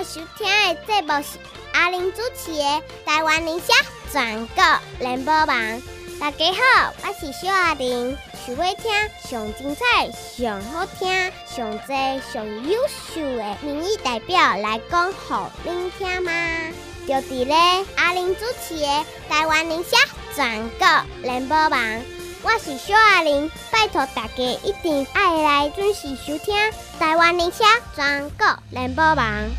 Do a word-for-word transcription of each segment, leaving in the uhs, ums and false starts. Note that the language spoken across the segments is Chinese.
收听的节目是阿玲主持的《台湾理想全国联播网》。大家好，我是小阿玲。想要听上精彩、上好听、上多、上优秀的民意代表来讲给您听吗？就伫咧阿玲主持的《台湾理想全国联播网》。我是小阿玲，拜托大家一定要来准时收听台湾理想全国联播网。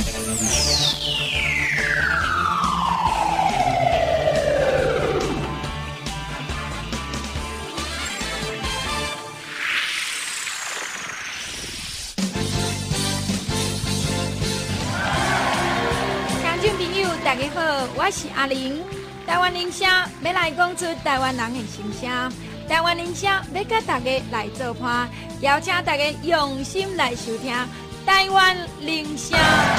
听众朋友，大家好，我是阿玲。台湾人声要来讲出台湾人的心声，台湾人声要甲大家来做伴，邀请大家用心来收听台湾人声。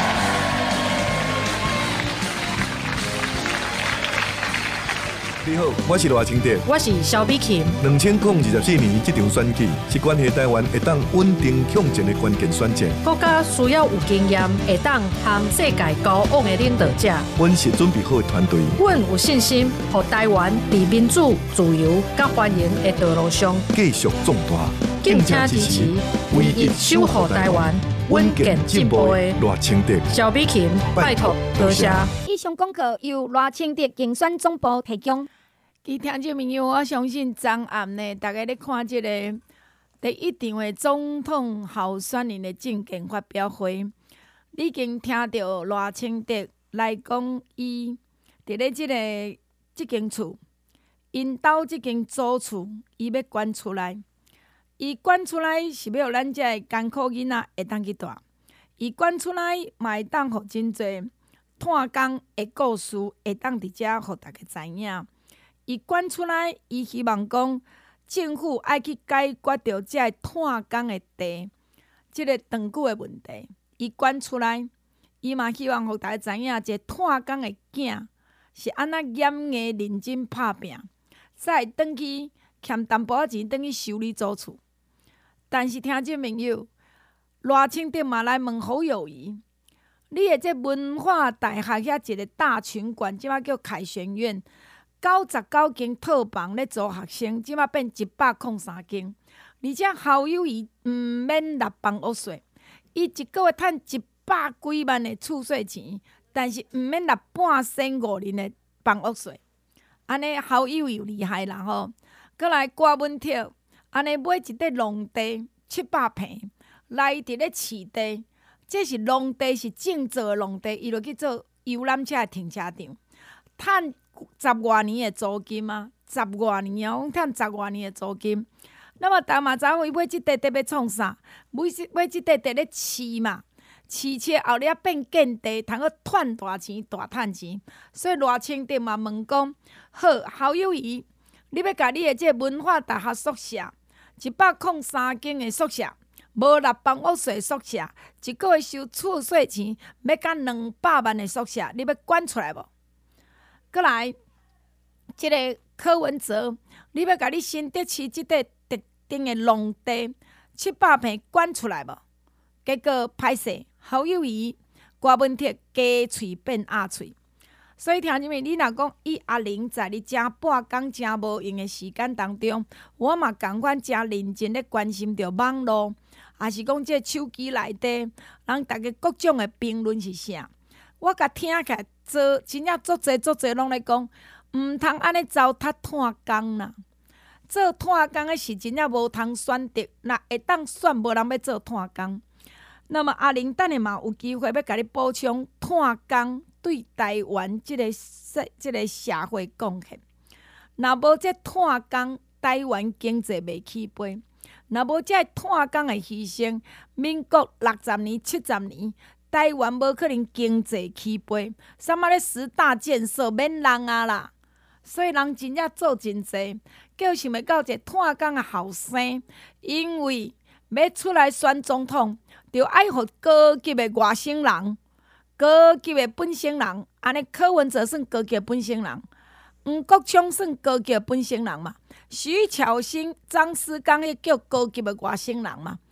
你好，我是罗清德， 我是萧美琴。 两千零二十四年这场选举是关系台湾会当稳定向前的关键选战。 国家需要有经验、会当和世界交往的领导者。 阮是准备好的团队。 阮有信心，让台湾在民主、自由、甲繁荣的道路上继续壮大。 敬请支持，唯一守护台湾、稳健进步的罗清德、 萧美琴，拜托多谢。 以上广告由罗清德竞选总部提供。各位听众朋友，我相信昨暗呢，大家咧看这个第一场的总统候选人的政见发表会，你已经听到罗清德来讲，伊伫咧即个即间厝，因兜即间祖厝，伊要捐出来。伊捐出来是要让咱这艰苦囡仔会当去住，伊捐出来嘛会当互真侪探工的故事会当伫遮互大家知影。伊捐出来，伊希望讲政府爱去解决着这探工的地，即、这个长久的问题。伊捐出来，伊嘛希望互大家知影，这探工的囝是安怎严硬认真拍拼，才会转去欠淡薄仔钱，转去修理祖厝。但是听众朋友，罗清德嘛来问侯友宜，你的这文化大学遐一个大群馆，即摆叫凯旋苑。九十九间套房咧租学生，即马变一百零三间，而且侯友宜毋免纳房屋税，伊一个月趁一百几万的厝税钱，但是毋免纳半仙五年的房屋税。安尼侯友宜厉害啦吼！搁来郭文铁，安尼买一块农地七百平，来伫咧市地，这是农地是正做的农地，伊就去做游览车的停车场，趁十外年的租金啊，十外年啊，我趁十外年的租金。那么大嘛知影伊买即块地要创啥？买买即块地咧饲嘛，饲饲后咧变建地，通去赚大钱，大趁钱。所以罗清德嘛问讲：好，侯友宜，你要甲你的即文化大学宿舍，一百零三间的宿舍，无纳房屋税宿舍，一个月收厝税钱，要甲两百万的宿舍，你要捐出来无？搁来，即、这个柯文哲，你要甲你新德市即块特定的农地七百平捐出来无？结果歹势，侯友宜、郭文铁鸡喙变鸭喙。所以听众们，你若讲以阿玲在你真半工真无用的时间当中，我嘛共款真认真咧关心着网络，也是讲这手机内底，人逐个各种的评论是啥？我甲听起来。做真正足侪足侪拢咧讲，毋通安尼糟蹋探工啦。做探工的是真正无通选择，若会当选，无人要做探工。那么阿玲等下嘛有机会要甲你补充探工对台湾即、这个社即、这个社会贡献。若无这探工，台湾经济袂起飞；若无这探工的牺牲，民国六十年、七十年。台湾无可能经济起飞，什么咧十大建设免人啊啦，所以人真正做真济，叫想要到一个探工的后生，因为要出来选总统，就爱互高级的外省人、高级的本省人，安尼柯文哲算高级的本省人，黄国昌算高级的本省人嘛，徐巧芯、张思刚迄叫高级的外省人嘛。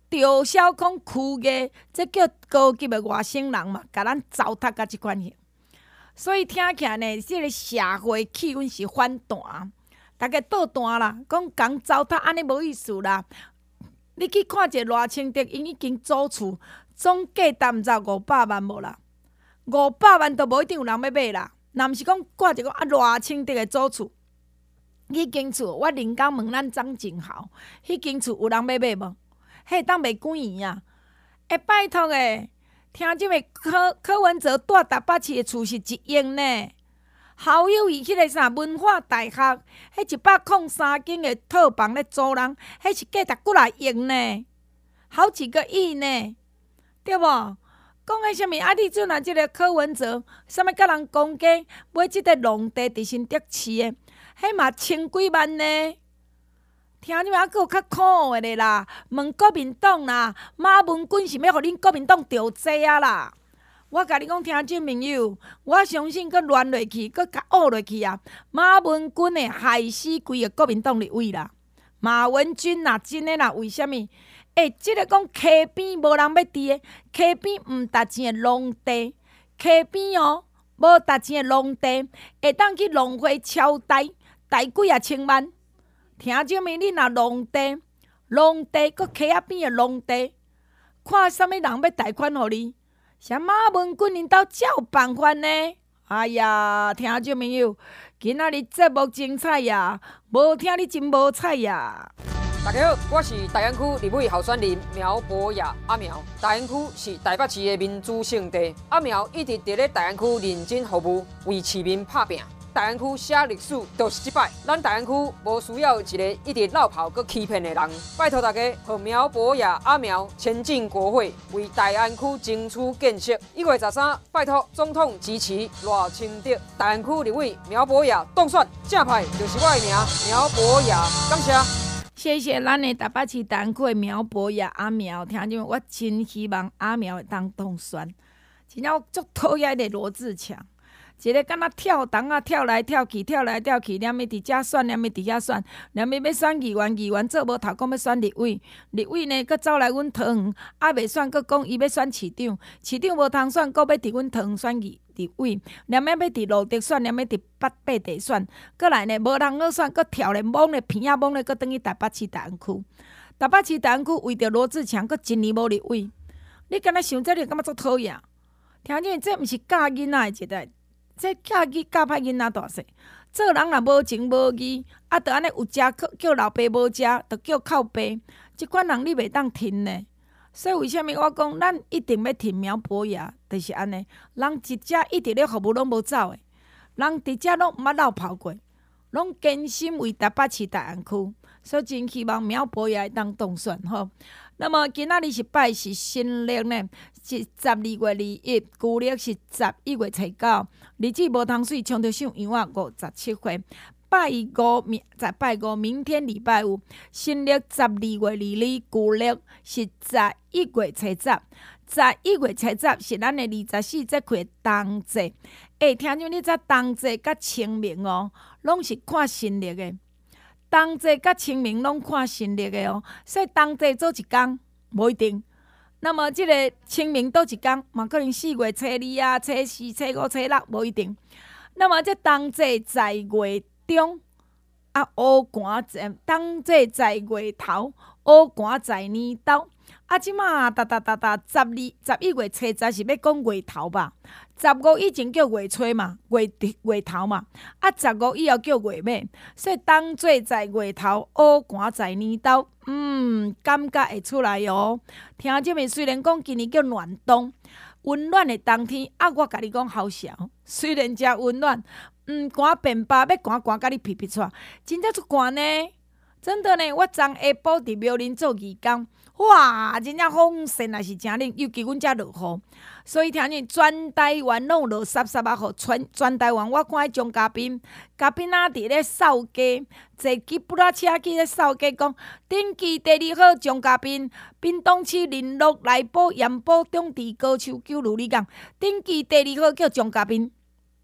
吊销讲区个，这叫高级的外省人嘛，甲咱糟蹋甲即款型。所以听起来呢，即、这个社会气氛是反弹，大家倒弹啦，讲讲糟蹋安尼无意思啦。你去看一个赖清德，因已经租厝总价值毋知五百万无啦，五百万都无一定有人要买啦。若毋是讲挂一个啊赖清德的租厝，迄间厝我临港问咱张景豪，迄间厝有人要买无？迄当卖几元啊？会拜托诶，听即个柯柯文哲住台北市诶厝是一亿呢。好友伊迄个啥文化大学，迄一百零三间诶套房咧租人，迄是价值几来亿呢？好几个亿呢，对无？讲诶啥物？啊，你阵啊，即个柯文哲，啥物甲人讲价买即个农地伫新竹市诶，迄嘛千几万呢？听你嘛，还佫有较可恶诶咧啦！问国民党啦，马文君是要互恁国民党着济啊啦！我甲你讲，听众朋友，我相信佫乱落去，佫甲恶落去啊！马文君会害死规个国民党立委啦！马文君啦，真诶啦，为虾物？诶、欸，即、这个讲溪边无人要伫诶，溪边毋值钱诶农地，溪边哦无值钱诶农地，会当去农会超贷，贷几啊千万。听众们，你若农地，农地搁溪仔边诶农地，看啥物人要贷款互你？啥马文君因兜才有办法呢？哎呀，听众朋友，今仔日节目精彩呀，无听你真无彩呀！ 大家好，我是大安区立委候选人苗博雅阿苗。大安区是台北市的民主圣地，阿苗一直伫咧大安区认真服务，为市民拍拼。大安区写历史就是即摆，咱大安区无需要一个一直落跑佮欺骗的人。拜托大家，和苗博雅阿苗前进国会，为大安区争取建设。一月十三，拜托总统支持赖清德。大安区立委苗博雅当选，正派就是我的名苗博雅，感谢。 谢谢咱的台北市大安区的苗博雅阿苗，听见我真希望阿苗会当当选。真正我足讨厌的罗志强。一个敢若跳档啊，跳来跳去，跳来跳去，连咪伫遮选，连咪伫遐选，连咪要选议员，议员做无头，讲要选立委，立委呢，佮走来阮桃园，还袂选，佮讲伊要选市长，市长无通选，佮要伫阮桃园选议立委，连咪要伫路德选，连咪伫北八地选，佮来呢无人好选，佮跳咧懵咧片仔懵咧，佮转去台北市大安区，台北市大安区为着罗志强，佮一年无立委，你敢若想这，你感觉足讨厌？听见这毋是教囡仔的一代。这教囡教歹囡仔大细，做人若无情无义，啊，着安尼有食叫老爸无食，着叫靠爸，即款人你袂当听呢。所以为虾米我讲，咱一定要听苗博雅，就是安尼。人一遮一直咧服务拢无走的，人伫遮拢毋捌落跑过，拢坚心为台北市大安区，所以真希望苗博雅会当当选吼。那么今仔日是拜是新历呢，是十二月二一，旧历是十一月初九，日子无通水，冲着上阳啊五十七岁。拜五明在拜五，明天礼拜五，新历十二月二二，旧历是十一月初十。十一月初十是咱的二十四节气的冬至。诶，听讲你知冬至甲清明哦，拢是看新历的。冬至甲清明拢看新历的哦，所以冬至做一工无一定。那么即个清明倒一工，嘛可能四月初二啊、初四、初五、初六无一定。那么这冬至在月中啊，乌寒在冬至在月头，乌寒在年头。啊，即马哒哒哒哒，十二十一月初十是要讲月头吧？十五以前叫月初嘛，月月头嘛。啊，十五以后叫月尾，所以冬至在月头，乌寒在年头。嗯，感觉会出来哦。听这面虽然讲今年叫暖冬，温暖的冬天，啊，我甲你讲好笑。虽然遮温暖，嗯，寒便巴要寒寒甲你皮皮出，真正足寒呢。真的呢，我昨下晡伫庙林做义工。哇，真正风扇也是真冷，尤其阮遮落雨，所以听见全台湾拢落湿湿啊！吼，全全台湾我看迄张嘉宾，嘉宾仔伫咧扫街，坐吉普拉车去咧扫街，讲顶期第二号张嘉宾，屏东市林鹿内埔盐埔中治高树九如你讲，顶期第二号叫张嘉宾。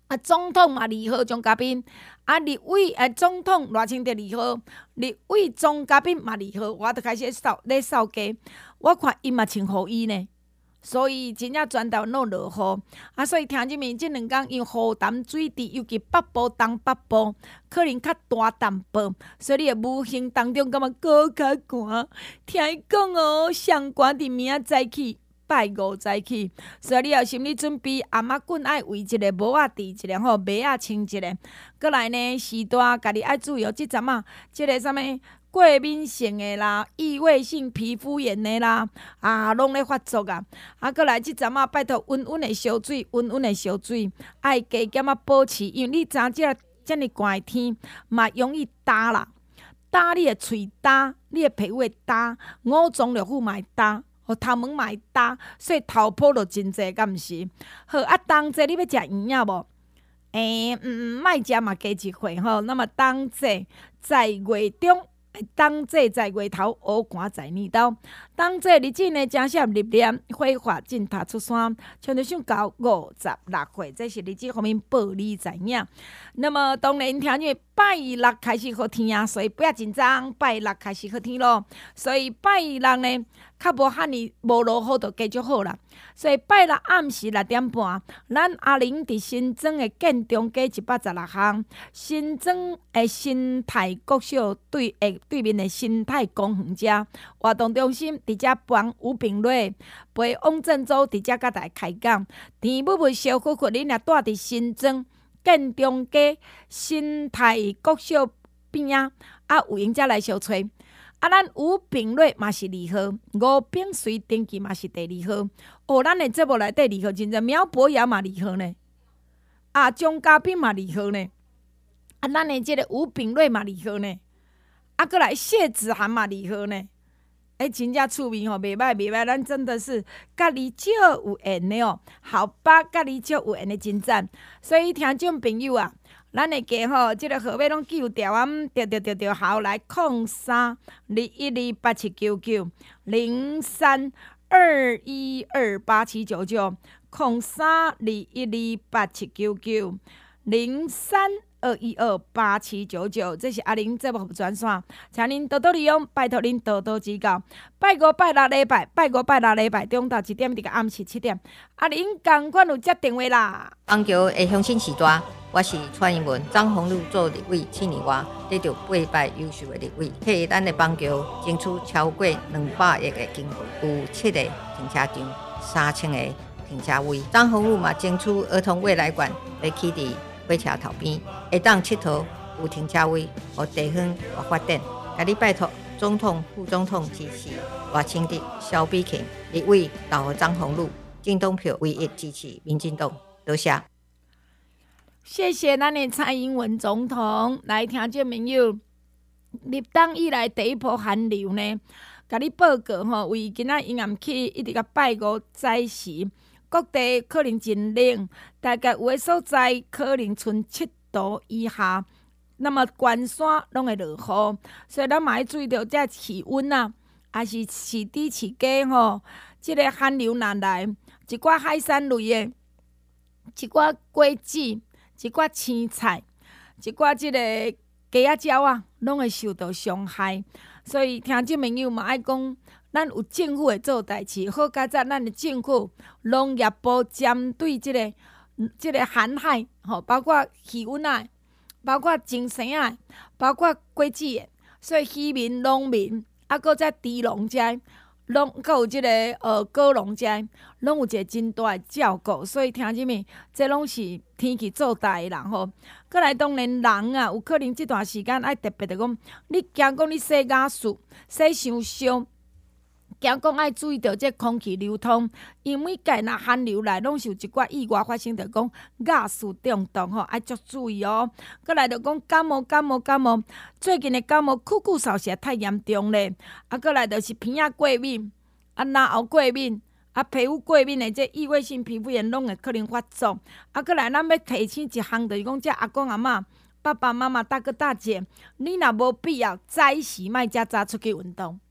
啊，总统嘛二號張家彬，啊，立委誒總統賴清德二號，立委張家彬嘛二號，我著開始掃咧掃街，我看伊嘛穿雨衣呢，所以真正全台攏落雨，啊，所以聽入面即兩工因雨淡水低，尤其北部東北部可能較大淡薄，所以你誒無形當中感覺更較寒。聽伊講哦，上寒佇明仔早起。拜五早起，所以你有心理準備，阿媽棍愛圍一個，帽仔戴一個，吼襪仔穿一個。過來呢，時段家己愛注意哦，即陣啊，即、這個啥物過敏性的啦、異位性皮膚炎的啦，啊，攏咧發作啊。啊，過來即陣啊，拜託溫溫的燒水，溫溫的燒水，愛加減啊保持，因為你知影即個遮爾寒的天，嘛容易焦啦，焦你的喙焦，你的皮膚會焦，五臟六腑嘛會焦。哦，頭毛嘛會焦，所以頭泡就真濟，敢毋是？好啊，當這你要食營養無？誒、欸，嗯，莫食嘛，加一歲吼。那麼當這在月中，當這在月頭，烏寒在年頭。當這日子呢，正適合入殮，火化進塔出山，像着想到五十六歲，這是日子方面報你知影。那麼當然聽日拜六開始好天啊，所以不要緊張，拜六開始好天咯。所以拜六呢，較無遐尼無落雨就繼續好啦。所以拜六暗時六點半，咱阿玲佇新莊的建中街一百十六巷，新莊的新泰國小對誒對面的新泰公園遮活動中心，佇遮幫吳炳瑞陪王振洲佇遮甲大家開講。甜母母小苦苦，恁若住佇新莊建中街新泰國小邊啊，啊有閒則來相找。啊，咱吳炳瑞嘛是二號，吳炳隨登記嘛是第二號。哦，咱的節目內底二號真正苗博雅嘛二號呢，啊張家彬嘛二號呢，啊咱的這個吳炳瑞嘛二號呢，啊過來謝子涵嘛二號呢，誒、欸、真正趣味吼，袂歹袂歹，咱真的是甲你少有緣的哦，好吧，甲你少有緣的真讚，所以聽眾朋友啊。咱會記吼，即、這個號碼攏記有條啊，着着着着好來，空三二一二八七九九零三二一二八七九九，空三二一二八七九九零三二一二八七九九，這是阿玲節目專線，請您多多利用，拜託您多多指教。拜五拜六禮拜，拜五拜六禮拜，中晝一點至個暗時七點，阿玲趕快有接電話啦。 邦橋的鄉親時代。我是蔡英文，張宏陸做立委七年外，得到八擺優秀的立委，替咱的邦橋爭取超過兩百億的經費，有七個停車場、三千個停車位。張宏陸嘛爭取兒童未來館要起佇火車頭邊，會當佚佗有停車位，和地方和發展。甲你拜託總統、副總統支持賴清德、蕭美琴立委，投予張宏陸，政黨票唯一支持民進黨。多謝。 謝謝咱的蔡英文總統來聽眾朋友，入冬以來第一波寒流呢，甲你報告吼，為今仔陰暗起一直到拜五早時，各地可能真冷，大概有的所在可能剩七度以下，那麼關山攏會落雨，所以咱嘛要注意到這氣溫啊，也是市低市低吼，即、這個寒流若來，一寡海產類的，一寡果子。一寡青菜，一寡即個雞仔鳥啊，攏會受到傷害。所以聽眾朋友嘛愛講，咱有政府會做代誌，好佳哉咱的政府農業部針對即、這個即、這個寒害，吼，包括氣溫啊，包括精神啊，包括果子的，所以漁民、農民啊，擱再豬農遮。攏閣有即、這個呃果農遮，攏有一個真大的照顧，所以聽入面，這攏是天氣做大的人吼。閣來當然人啊，有可能這段時間愛特別的講，你驚講你洗甲素、洗傷燒，驚講愛注意到這空氣流通，因為介若寒流來，攏是有一寡意外發生，着講甲素中毒吼，愛足注意哦。閣來着講感冒、感冒、感冒，最近的感冒酷酷嗽實在太嚴重咧。啊，閣來着是鼻仔過敏，啊，嚨喉過敏，啊，皮膚過敏的這異位性皮膚炎攏會可能發作。啊，閣來咱要提醒一項，就是講這阿公阿嬤、爸爸媽媽、大哥大姐，你若無必要早時莫遮早出去運動。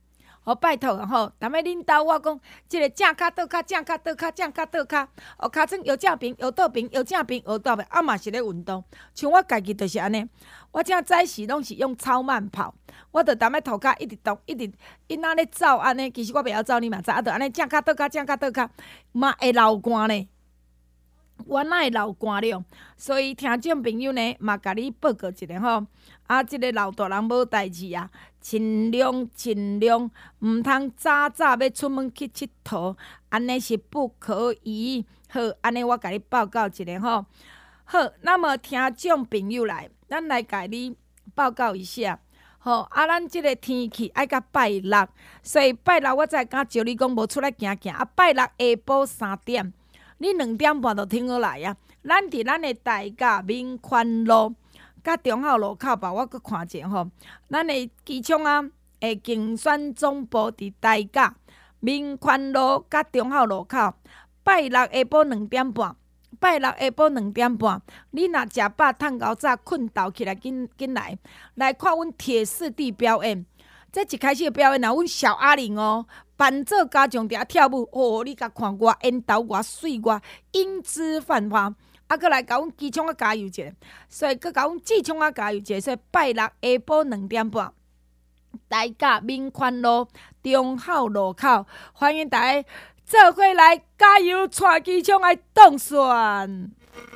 好拜托啊吼，逐摆恁兜我讲，即个正骹倒骹，正骹倒骹，正骹倒骹，哦，骹床摇正平，摇倒平，摇正平，摇倒平，啊嘛是咧运动。像我家己就是安尼，我正早时拢是用超慢跑，我着逐摆涂骹一直动，一直伊若咧走安尼，其实我袂晓走，你嘛知，啊，着安尼正骹倒骹，正骹倒骹，嘛会流汗呢。我哪会流汗了？所以听众朋友呢，嘛甲你报告一下吼。啊，即、这个老大人无代志啊，尽量尽量毋通早早要出门去佚佗，安尼是不可以。好，安尼我甲你报告一下吼。好，那么听众朋友来，咱来甲你报告一下。吼，啊，咱即个天气爱到拜六，所以拜六我才敢招你讲无出来行行。啊，拜六下晡三点。你两点半就停落来啊！咱伫咱的大甲民权路、甲中孝路口吧，我搁看者吼。咱的机场啊，诶，竞选总部伫大甲民权路、甲中孝路口。拜六下晡两点半，拜六下晡两点半，你若食饱趁熬早，困倒起来，紧紧来，来看阮铁四弟表演。这一开始的表演啊，阮小阿玲哦。伴奏加上伫遐跳舞，哦，你甲看我烟头我水我英姿焕发，啊，搁来甲阮机场啊加油者，所以搁甲阮机场啊加油者，所以拜六下晡两点半，大甲民权路中孝路口，欢迎大家做伙来加油，带机场来当选。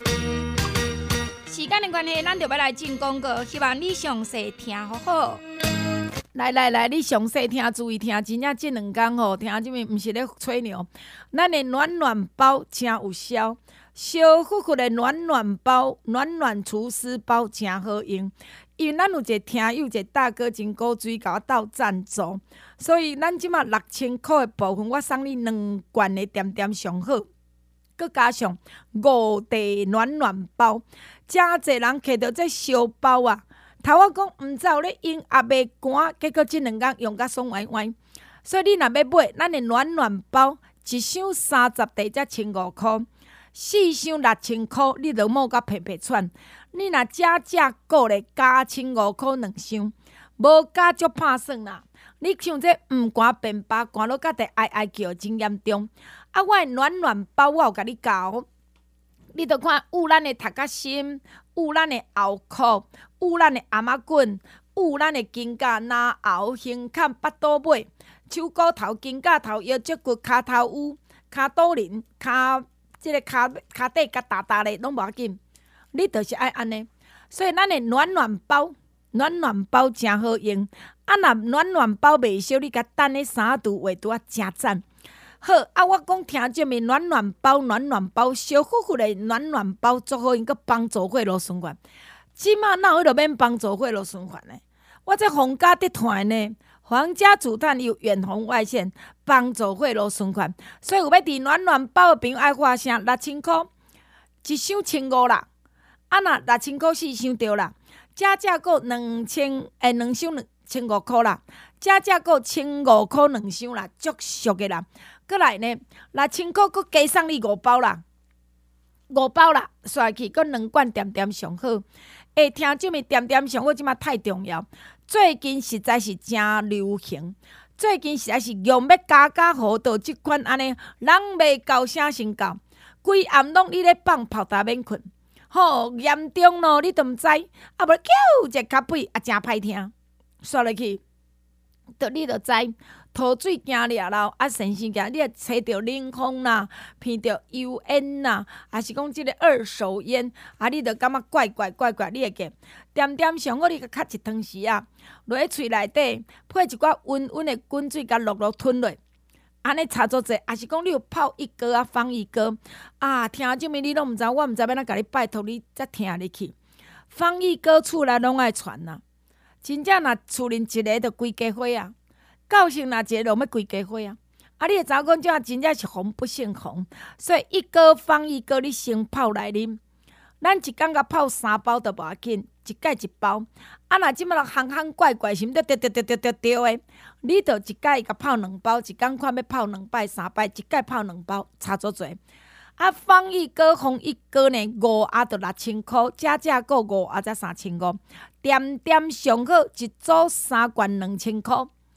时间的关系，咱就要来进广告，希望你详细听好好。来来来，你详细听，注意听，真正即两工吼，听即面毋是咧吹牛。咱的暖暖包真有效，小富富的暖暖包，暖暖厨师包真好用。因为咱有一个听友，一个大哥真古锥，甲我斗赞助，所以咱即马六千块的部分，我送你两罐的点点上好，佮加上五地暖暖包，真侪人摕到这小包啊！头我讲毋知有咧用也袂寒，结果即两工用甲爽歪歪。所以你若要买，咱的暖暖包一箱三十地才千五箍，四箱六千箍，你著摸甲皮皮喘。你若加价购咧，加千五箍两箱，无加足拍算啦。你像这毋寒便罢，寒到甲地哀哀叫，真严重。啊，我的暖暖包我有甲你教，你著看有咱的头壳心，有咱的后裤。有咱的阿妈棍，有咱的金甲拿后胸坎巴肚尾，手骨头、金甲头、腰脊骨、骹头乌、骹肚鳞、骹即个骹骹底甲大大的拢无要紧，你就是爱安尼。所以咱的暖暖包，暖暖包真好用。啊，若暖暖包袂烧，你甲等咧三度画拄啊，真赞。好啊，我讲听这面暖暖包，暖暖包，小富富的暖暖包，足好用，佮帮助血路循环。即马哪有迄落免帮助血路循环呢？我这皇家集团呢，皇家竹炭有远红外线帮助血路循环，所以有要伫暖暖包的朋友爱花声六千箍，一箱千五啦。啊，若六千箍四箱对啦，加价购两千诶两箱两千五箍啦，加价购千五箍两箱啦，足俗的啦。过来呢，六千箍佮加送你五包啦，五包啦，刷去佮两罐点点上好。会听这物点点上好，即马太重要。最近实在是真流行，最近实在是用要加加好到即款安尼，人袂够啥先够，规暗拢你咧放泡茶免困，吼严重咯，你都毋知，啊无叫一个咖啡也真歹听，刷落去，着你着知。吐水惊掠咯，啊，神仙惊，你会吹着冷风啦，闻着油烟啦，还是讲即个二手烟，啊，你着感觉怪怪怪怪，你会记。点点上好，你甲咳一汤匙啊，落喺喙内底，配一寡温温的滚水，甲落落吞落，安尼差足济。还是讲你有泡一哥啊，放一哥啊，听这物你拢毋知，我毋知要哪甲你拜托你才听入去。放一哥厝内拢爱传啦，真正若厝恁一个着规家伙啊。教训若一个，就要规家伙啊！啊，你会知讲这真正是红不胜红，所以一哥放一哥，你先泡来啉。咱一工甲泡三包都无要紧，一盖一包。啊，若即摆行行怪怪，是毋对对对对对对对诶，你着一盖甲泡两包，一工看要泡两摆三摆，一盖泡两包，差足济。啊，放一哥放一哥呢，五盒着六千箍，加价购五盒才三千五，点点上好，一组三罐两千箍。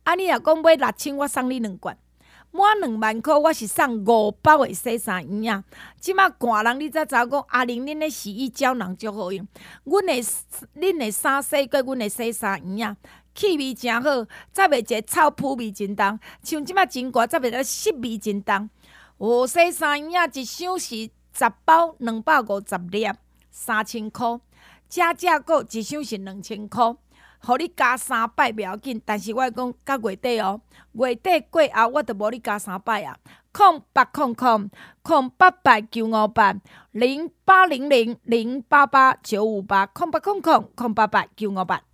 啊，你若讲买六千，我送你两罐。满两万块，我是送五包的洗衫衣啊！即马寒人，你才知影讲阿玲恁的洗衣胶囊足好用。阮的恁的衫洗过，阮的洗衫衣啊，气味真好，再袂一个臭扑味真重。像即马真寒，再袂个湿味真重。哦，洗衫衣啊，一箱是十包，两百五十粒，三千箍。加价购一箱是两千箍。互你加三摆袂要紧，但是我讲到月底哦，月底过后我就无你加三摆啊。空八空空空八八九五八零八零零零八八九五八空八空空空八八九五八。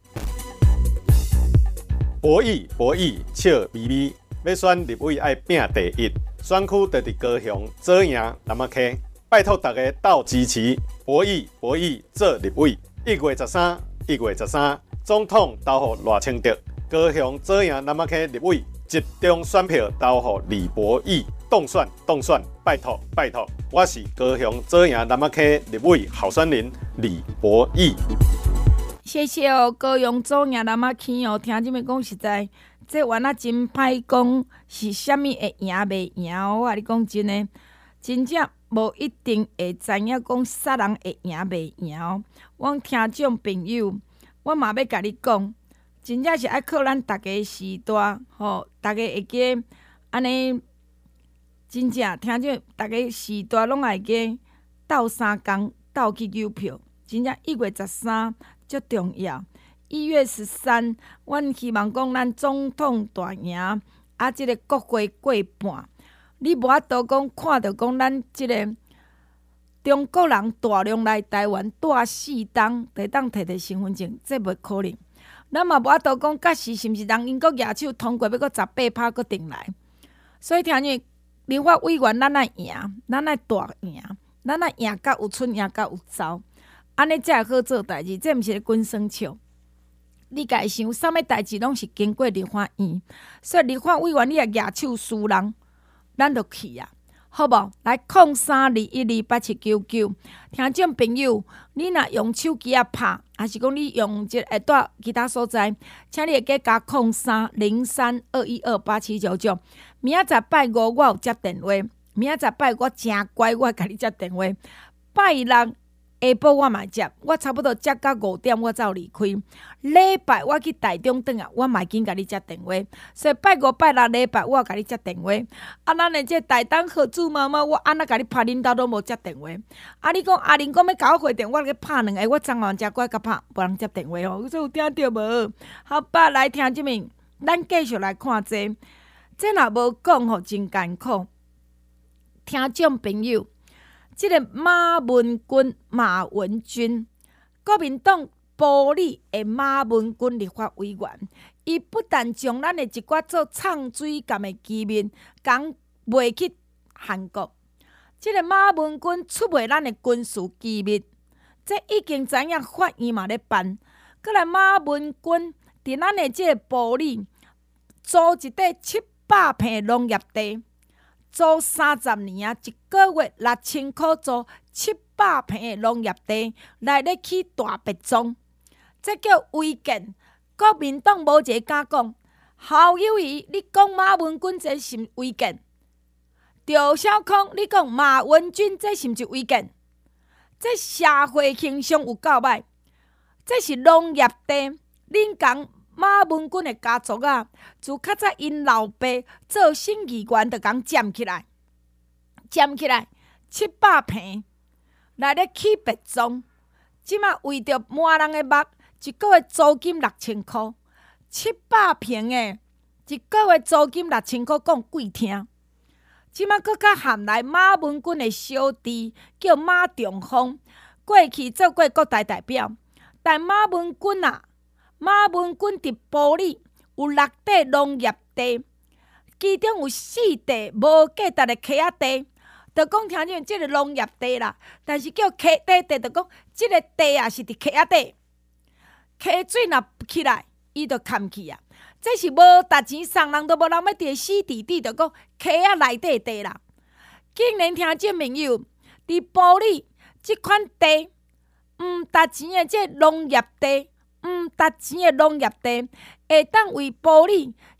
博弈博弈笑眯眯，要选立委爱拼第一，选区就伫高雄，做赢南仔溪，拜托大家斗支持，博弈博弈做立委，一月十三，一月十三。总统投予赖清德，高雄做赢南仔溪立委，集中选票投予李博义，当选当选，拜托拜托，我是高雄做赢南仔溪立委候选人李博义。 谢谢哦，高雄做赢南仔溪哦，听即么讲实在，这原啊真歹讲是啥物会赢袂赢哦，我甲你讲真诶，真正无一定会知影讲啥人会赢袂赢哦。阮听众朋友。我嘛要甲你讲，真正是爱靠咱大家时代，吼，大家会记安尼，真正听着大家时代拢会记斗三工斗去邮票，真正一月十三足重要。一月十三，阮希望讲咱总统大赢，啊，即个国会过半，你无法度讲看到讲咱即个。中国人大量来台湾住四冬，就当摕摕身份证，这无可能。咱嘛无法度讲，假使是毋是人英国野手通过，要搁十八拍搁定来。所以听见立法委员，咱爱赢，咱爱大赢，咱爱赢甲有剩，赢甲有走，安尼才会好做代志。这毋是咧滚耍笑。你家想，啥物代志拢是经过立法院，所以立法委员你若野手输人，咱就去啊。好无？来空三二一二八七九九，听众朋友，你若用手机啊拍，还是讲你用即会带其他所在，请你会记加空三零三二一二八七九九。明仔载拜五我有接电话，明仔载拜我真乖，我会甲你接电话。拜六下晡我嘛接，我差不多接到五点我才有离开。礼拜我去台中转啊，我嘛紧甲你接电话。所以拜五拜六礼拜我甲你接电话。啊，咱的这台东合作妈妈，我安那甲你拍恁兜都无接电话。啊，你讲阿玲讲要甲我回电，我去拍两个，我昨晚才过甲拍，无人接电话哦。所以有听着无？好吧，来听即面，咱继续来看这，这若无讲吼，真艰苦。听众朋友。即个马文君、马文君，国民党保利的马文君立法委员，伊不但将咱的一寡做唱水甘的机密，讲卖去韩国。即个马文君出卖咱的军事机密，这已经知影法院嘛咧办。过来马文君伫咱的即个保利租一块七百坪农业地。租三十年啊，一个月六千块租七百坪的农业地，来咧起大别庄，这叫违建。国民党无一个敢讲，侯友宜，你讲马文君这是违建？赵少康，你讲马文君这是毋是违建？这社会形象有够歹，这是农业地，恁讲。马文君的家族啊，自较早因老爸做省议员，就讲占起来，占起来七百坪来咧起别庄。即马为着满人的目，一个月租金六千箍，七百坪的，一个月租金六千箍，讲贵听。即马搁较含来马文君的小弟叫马仲峰，过去做过国台代表，但马文君啊。马文君伫埔里有六块农业地，其中有四块无价值的溪仔地，就讲听见即个农业地啦，但是叫溪底地，就讲即个地啊是伫溪仔底，溪水若起来，伊就陷去啊。这是无值钱送人，都无人要伫死地地，就讲溪仔内底地啦。竟然听众朋友伫埔里即款地，毋值钱的即农业地。毋值钱的农业地，会当为埔里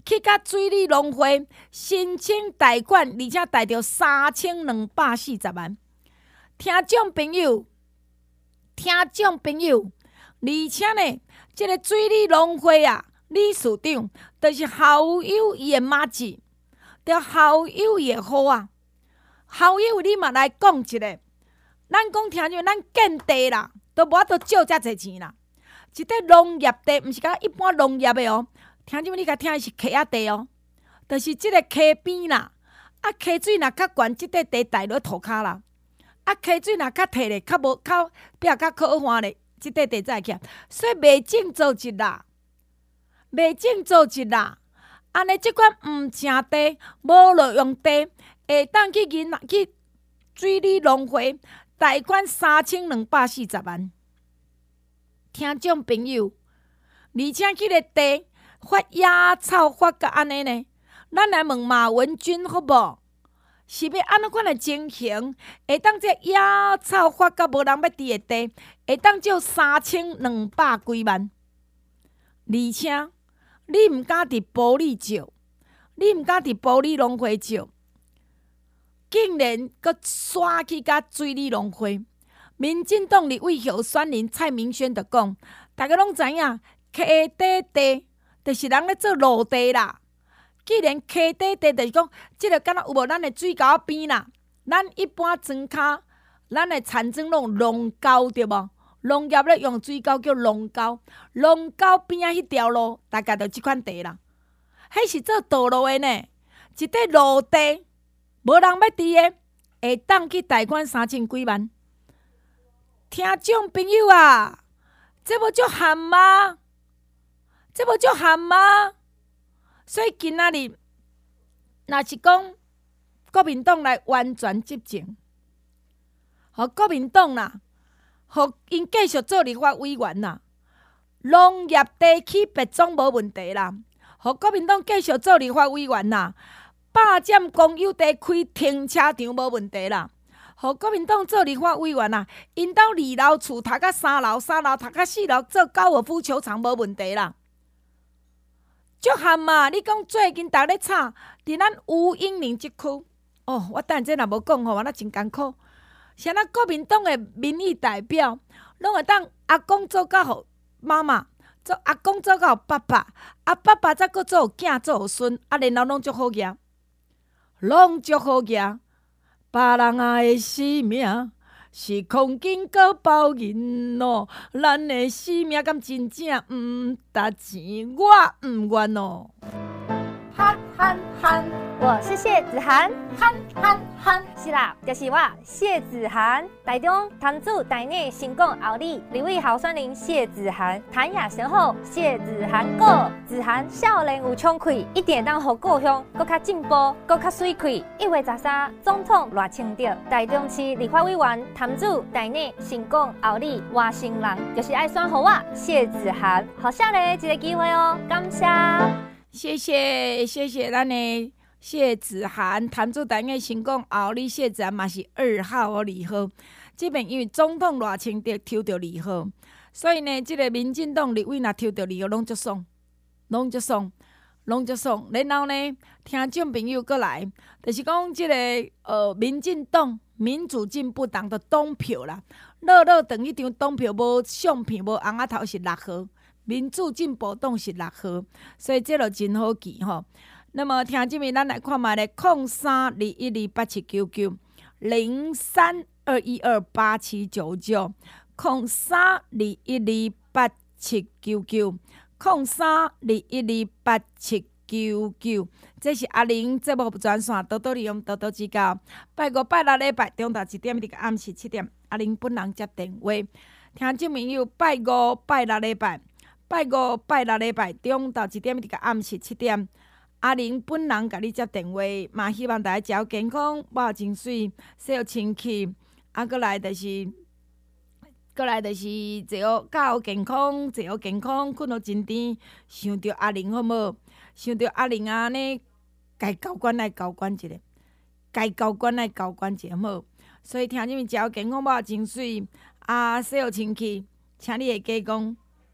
去甲水利农会申请贷款，而且贷着三千两百四十万。听众朋友，听众朋友，而且呢，即、这个水利农会啊，理事长就是校友伊的妈子，着校友伊的好啊。校友，你嘛来讲一下，咱讲听众，咱建地啦，都无法度借遮侪钱啦。一块农业地，毋是甲一般农业的哦。听众，你甲听的是溪仔地哦，就是即个溪边啦。啊，溪水若较悬，即块地带落涂骹啦。啊，溪水若较摕咧，较无较比较较可换咧，即块地才会起来。所以袂种做一啦，袂种做一啦。安尼即款毋正地、无路用地，会当去银去水利农会贷款三千两百四十万。听众朋友，而且迄个地发野草发甲安尼呢，咱来问马文君好无？是要安怎款的情形，会当这野草发甲无人要治的地，会当借三千两百几万？而且你毋敢伫保利借，你毋敢伫保利农会借，竟然阁刷去甲水利农会。民进党立委候选人蔡明轩就讲，大家拢知影，溪底地就是人咧做路地啦。既然溪底地就是讲，即个敢若有无咱的水沟边啦，咱一般庄骹，咱的田庄拢农沟对无？农业咧用水沟叫农沟，农沟边仔迄条路，大概就即款地啦。迄是做道路的呢，一块路地，无人要治的，会当去贷款三千几万。听众朋友啊，这无足罕吗？这无足罕吗？所以今仔日，若是讲国民党来完全执政，互国民党啦，互因继续做立法委员啦，农业地区别种无问题啦，互国民党继续做立法委员啦，霸占公有地开停车场无问题啦。互国民党做立法委员啊，因兜二楼厝读到三楼，三楼读到四楼做高尔夫球场无问题啦。足罕嘛！你讲最近逐咧吵伫咱吴英宁即区，哦，我等下这若无讲吼，我那真艰苦。像咱国民党的民意代表，拢会当阿公做甲互妈妈，做阿公做甲互爸爸，啊爸爸则搁做囝做互孙，啊然后拢足好个，拢足好个。别人的生命是空间搁包银哦，咱的生命敢真正毋值钱，我毋愿哦。 憨憨憨，我是谢子涵，憨憨憨，是啦，就是我谢子涵。台中潭子台内成功后里立委候选人谢子涵，谈也上好，谢子涵过。子涵少年有冲气，一定当互故乡搁较进步，搁较水气。一月十三，总统赖清德，台中市立法委员潭子台内成功后里外省人，就是爱选互我谢子涵，互少年一个机会哦，感谢。 谢谢谢谢咱的谢子涵，潭子台内成功后里谢子涵嘛是二号哦，二号。这边因为总统赖清德抽到二号，所以呢，这个民进党立委若抽到二号，拢足爽，拢足爽，拢足爽。然后呢，听众朋友过来，就是讲这个呃，民进党、民主进步党的党票啦，落落等迄张党票无相片，无红仔头是六号。民主进步党是六号，所以这就真好记吼。那么听这边，咱来看卖咧，零三二一二八七九九，零三二一二八七九九，零三二一二八七九九，零三二一二八七九九。这是阿玲节目专线，多多利用，多多指教。拜五、拜六礼拜中昼一点，伫暗时七点，阿玲本人接电话。听众朋友，拜五、拜六礼拜。拜五、拜六礼拜中到一点，伫暗时七点，阿玲本人甲你接电话，嘛希望大家食健康，饱真水，洗好清气，啊，过来就是，过来就是坐好健康，坐好健康，困好真甜，想着阿玲好无？想着阿玲安尼，该交关来交关一下，该交关来交关一下好。所以听你们食好健康，饱真水，啊，洗好清气，请你会记讲。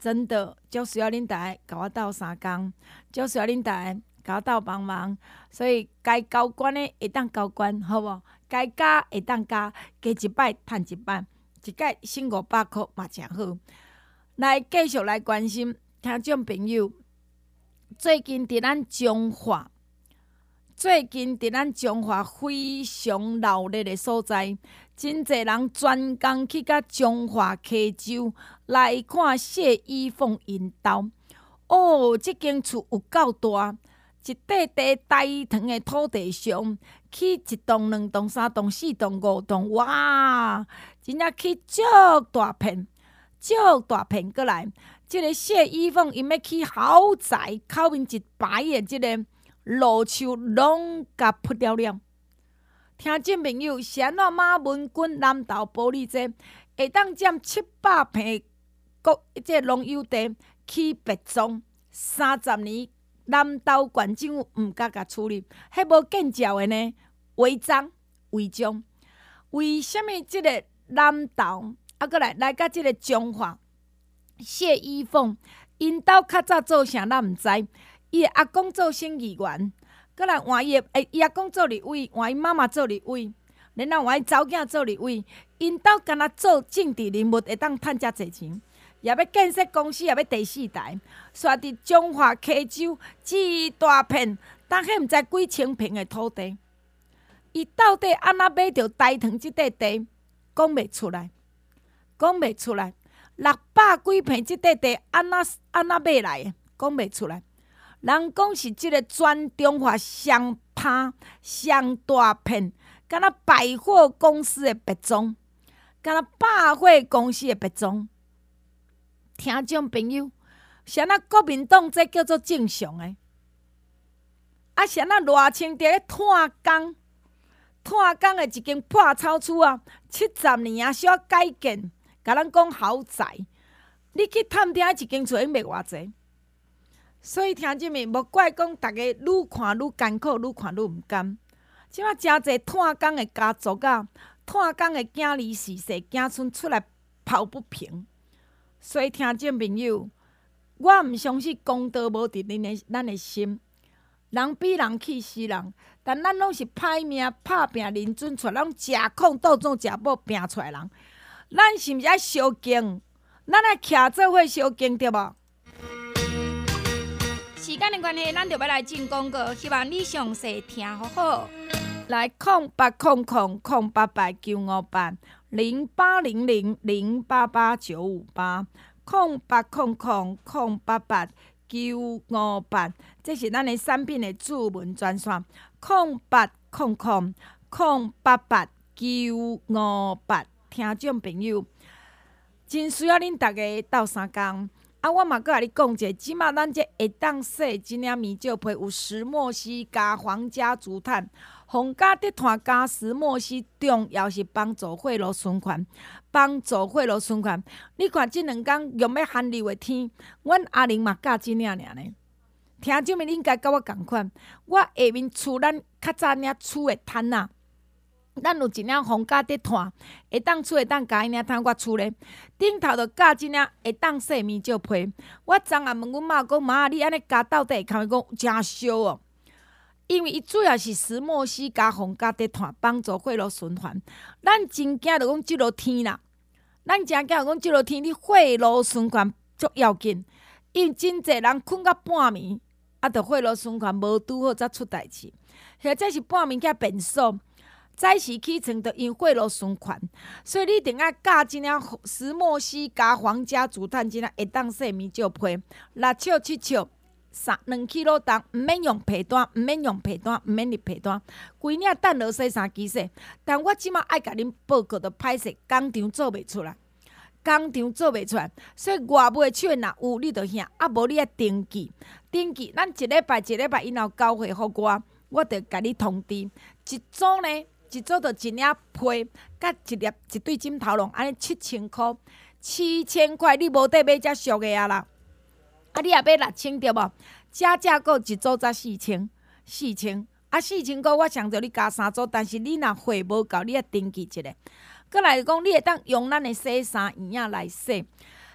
真的就需要恁大家甲我斗相共，就需要恁大家甲我斗帮忙。所以该交关的会当交关，好无？该加会当加，加一摆趁一摆，一届省五百箍嘛诚好。来继续来关心听众朋友，最近伫咱中华。最近伫咱中华非常闹热的所在，真侪人专工去甲中华溪州来看谢依凤因兜。哦，即间厝有够大，一块地大长的土地上，起一栋、两栋、三栋、四栋、五栋，哇！真正起足大片，足大片过来。即、这个谢依凤因要起豪宅，口面一排的即、这个。路树拢甲扑了了，听众朋友，是安怎马文君南投玻璃街会当占七百平国即农友地起别庄，三十年南投县政府毋敢甲处理，迄无见照的呢？违章违章，为什么即个南投啊，过来来甲即个中华谢依凤因兜较早做啥，咱毋知。伊阿公做省议员，搁来换伊诶，伊阿公做立委，换伊妈妈做立委，然后换伊查某囝做立委，因兜敢若做政治人物会当趁遮侪钱，也要建设公司，也要第四台，煞伫中华溪州一大片，但迄毋知几千平的土地，伊到底安怎买着大塘即块地，讲袂出来，讲袂出来，六百几平即块地安怎安怎买来的，讲袂出来。人讲是即个全中华上拍上大片，敢若百货公司的别庄，敢若百货公司的别庄。听众朋友，是安怎国民党这叫做正常的？啊，是安怎热清伫咧炭工，炭工的一间破草厝啊，七十年啊，需要改建，甲咱讲豪宅，你去探听一间厝已经卖偌济？所以听众们，无怪讲大家愈看愈艰苦，愈看愈毋甘。即摆诚侪炭工的家族啊，炭工的囝儿逝世，囝孙出来抱不平。所以听众朋友，我毋相信公道无伫恁的咱的心，人比人气死人。但咱拢是歹命拍拼认准出来，拢食苦斗总食饱拼出来人。咱是毋是爱相敬？咱爱徛做伙相敬对无？时间的关系，咱就要来进广告，希望你详细听好好。来，空八空空空八八九五八零八零零零八八九五八，空八空空空八八九五八，这是咱的产品的主文专线。空八空空空八八九五八，听众朋友，真需要恁大家斗相共。啊，我嘛搁甲你讲者，即马咱这会当洗即领米酒配有石墨烯加皇家竹炭，皇家地炭加石墨烯，重要是帮助血路循环，帮助血路循环。你看即两工用要寒流的天，阮阿玲嘛教即领尔呢。听众们，你应该甲我共款，我下面厝咱较早领厝的炭啊。咱有一领皇家地炭，会当厝会当加伊领炭，我厝咧顶头就加一领会当洗面酒配。我昨暗问阮妈讲，妈，你安尼加到底会看讲真烧哦？因为伊主要是石墨烯加皇家地炭，帮助血路循环。咱真惊着讲即落天啦，咱真惊着讲即落天，你血路循环足要紧。因为真侪人困到半暝，啊，着血路循环无拄好才出代志，或者是半暝去便所。早时起床就因血路循环，所以你一定要加一领石墨烯加皇家竹炭，即领会当洗面酒配六尺七尺三两 K 重，毋免用皮单，毋免用皮单，毋免入皮单，规领等落洗三支洗。但我即马爱甲恁报告着歹势，工厂做袂出来，工厂做袂出来，所以外卖手若有你着遐，啊无你爱登记，登记咱一礼拜一礼拜以后交货互我，我着甲你通知。一组呢？一组就一领被，甲一粒一对枕头笼，安尼七千箍，七千块你无得买遮俗的啊啦！啊，你也买六千对无？加价购一组才四千，四千啊，四千箍我想着你加三组，但是你若货无够，你要登记一下。过来讲，你会当用咱的洗衫液啊来洗。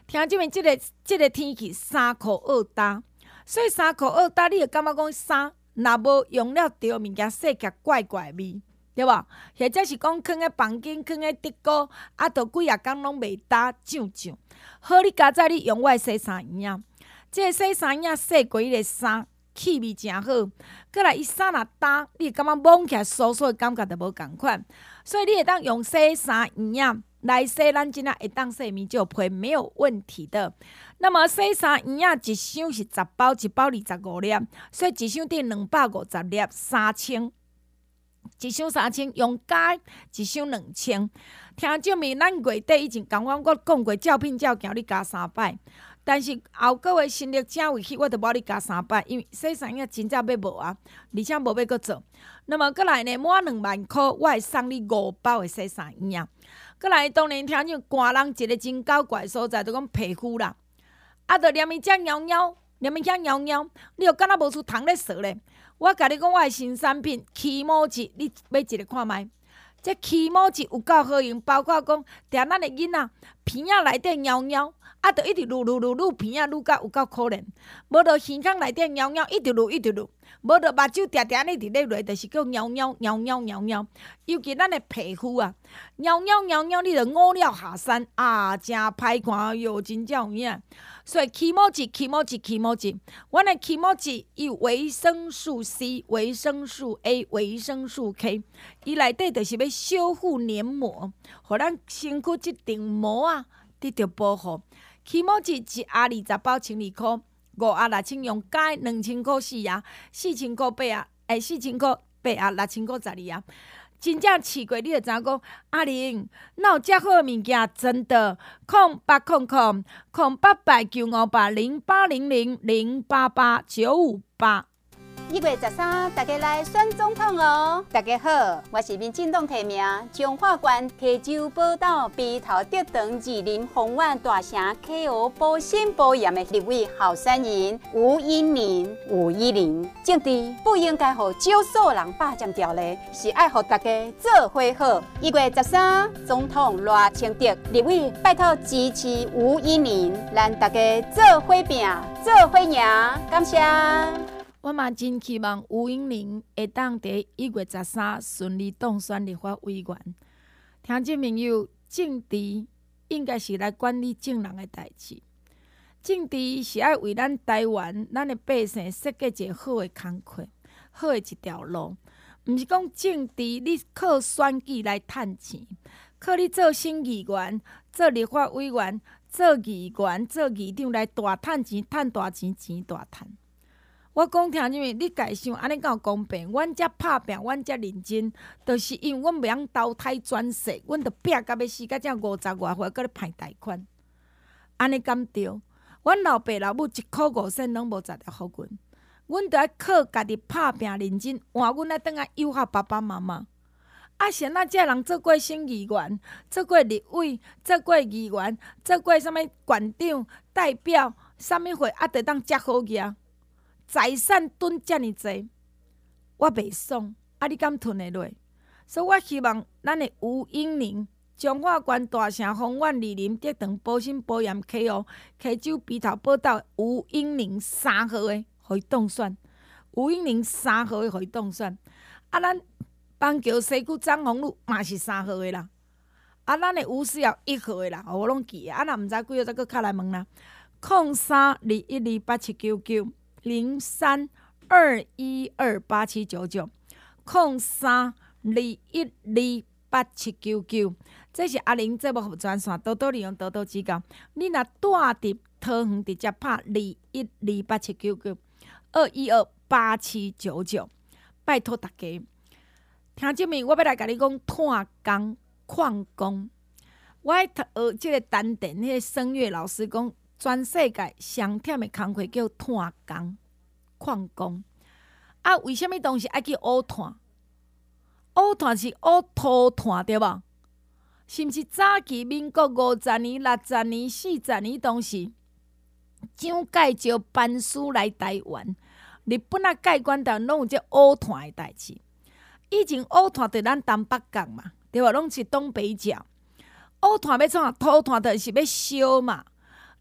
听即面即个即个天气三苦二搭，所以三苦二搭，你会感觉讲衫若无用了对物件，洗起来怪怪味，对无？或者是讲囥咧房间、囥咧地沟，啊，都几啊工拢袂搭上上。好，你家早你用我的洗衫液啊，即个洗衫液洗过迄个衫。气味真好，过来伊衫若干，你会感觉摸起来酥酥的感觉就无共款，所以你会当用洗衫液来洗咱即仔会当洗面就皮没有问题的。那么洗衫液一箱是十包，一包二十五粒，所以一箱顶两百五十粒，三千。一箱三千，用解一箱两千。听证明，咱月底以前共阮我讲过，照片照镜你加三百。但是后个月新历正位去，我就无你加三百，因为洗衫液真正要无啊，而且无要阁做。那么过来呢，满两万块，我会送你五包的洗衫液。过来当然听证，寒人一个真搞怪所在，就讲皮肤啦，啊，着黏伊遮猫猫，黏伊遐猫猫，你又敢若无出虫咧扫咧。我甲你讲，我的新产品起毛剂，你买一个看卖。这起毛剂有够好用，包括讲，定咱的囡仔鼻仔内底猫猫，啊，着一直撸撸撸撸鼻仔撸甲有够可怜。无着耳孔内底猫猫，一直撸一直撸，无着目睭定定咧伫咧落，就是叫猫猫猫猫猫猫。尤其咱的皮肤啊，猫猫猫猫，你着五了下山啊，真歹看哟，真正有影。所以起毛剂、起毛剂、起毛剂，阮的起毛剂有维生素 C、维生素 A、维生素 K， 伊内底就是要修复黏膜，互咱身躯即层膜啊得到保护。起毛剂一盒二十包，千二箍，五盒六千用解，两千箍四盒，四千箍八盒，诶，四千箍八盒，六千箍十二盒。真正试过，你就知影讲，阿玲，哪有遮好的物件？真的，空八空空空八八九五八零八零零零八八九五八。 一月十三，大家来选总统哦！大家好，我是民进党提名彰化县溪州宝岛鼻头竹肠二林丰苑大城 K O 保心保炎的立委候选人吴英玲。吴英玲，政治不应该互少数人霸占掉咧，是爱互大家做伙好。一月十三，总统赖清德立委拜托支持吴英玲，咱大家做伙拼，做伙赢，感谢。 我嘛真期望吴英玲会当伫一月十三顺利当选立法委员。听众朋友，政治应该是来管理政人的代志，政治是爱为咱台湾、咱的百姓设计一个好的工课、好的一条路。毋是讲政治你靠选举来趁钱，靠你做省议员、做立法委员、做议员、做议长来大趁钱、趁大钱、钱大趁。我讲听因为你家想安尼敢有公平？阮遮拍拼，阮遮认真，就是因为阮袂晓投胎转世，阮着拼到要死，到遮五十外岁，搁咧排贷款，安尼敢对？阮老爸老母一箍五仙拢无十条互阮，阮着爱靠家己拍拼认真，换阮来转来友好爸爸妈妈。啊，现在遮人做过省议员，做过立委，做过议员，做过啥物县长、代表，啥物货啊，得当遮好个。财产囤遮尔济，我袂爽，啊！你敢吞会落？所以我希望咱的吴英玲、彰化县大城丰苑二林竹肠保心保炎 K O 溪州鼻头宝岛吴英玲三号的，互伊当选。吴英玲三号的，互伊当选。啊，咱邦桥西区张宏路嘛是三号的啦。啊，咱的吴思瑶一号的啦，我拢记啊。若毋知几号再搁敲来问啦。空三二一二八七九九。零三二一二八七九九，空三二一二八七九九，这是阿玲节目服专线，多多利用，多多指教。你若住伫桃园，直接拍二一二八七九九二一二八七九九，拜托大家。听证明，我要来甲你讲炭工、矿工。我爱学即个丹田，迄个声乐老师讲。全世界上忝的工课叫炭工、矿工。啊，为什么东西爱去乌炭？乌炭是乌土炭，对无？是毋是早期民国五十年、六十年、四十年当时，蒋介石班师来台湾，日本啊介管台拢有这乌炭的代志。以前乌炭伫咱东北角嘛，对无？拢是东北角。乌炭要创？土炭就是要烧嘛。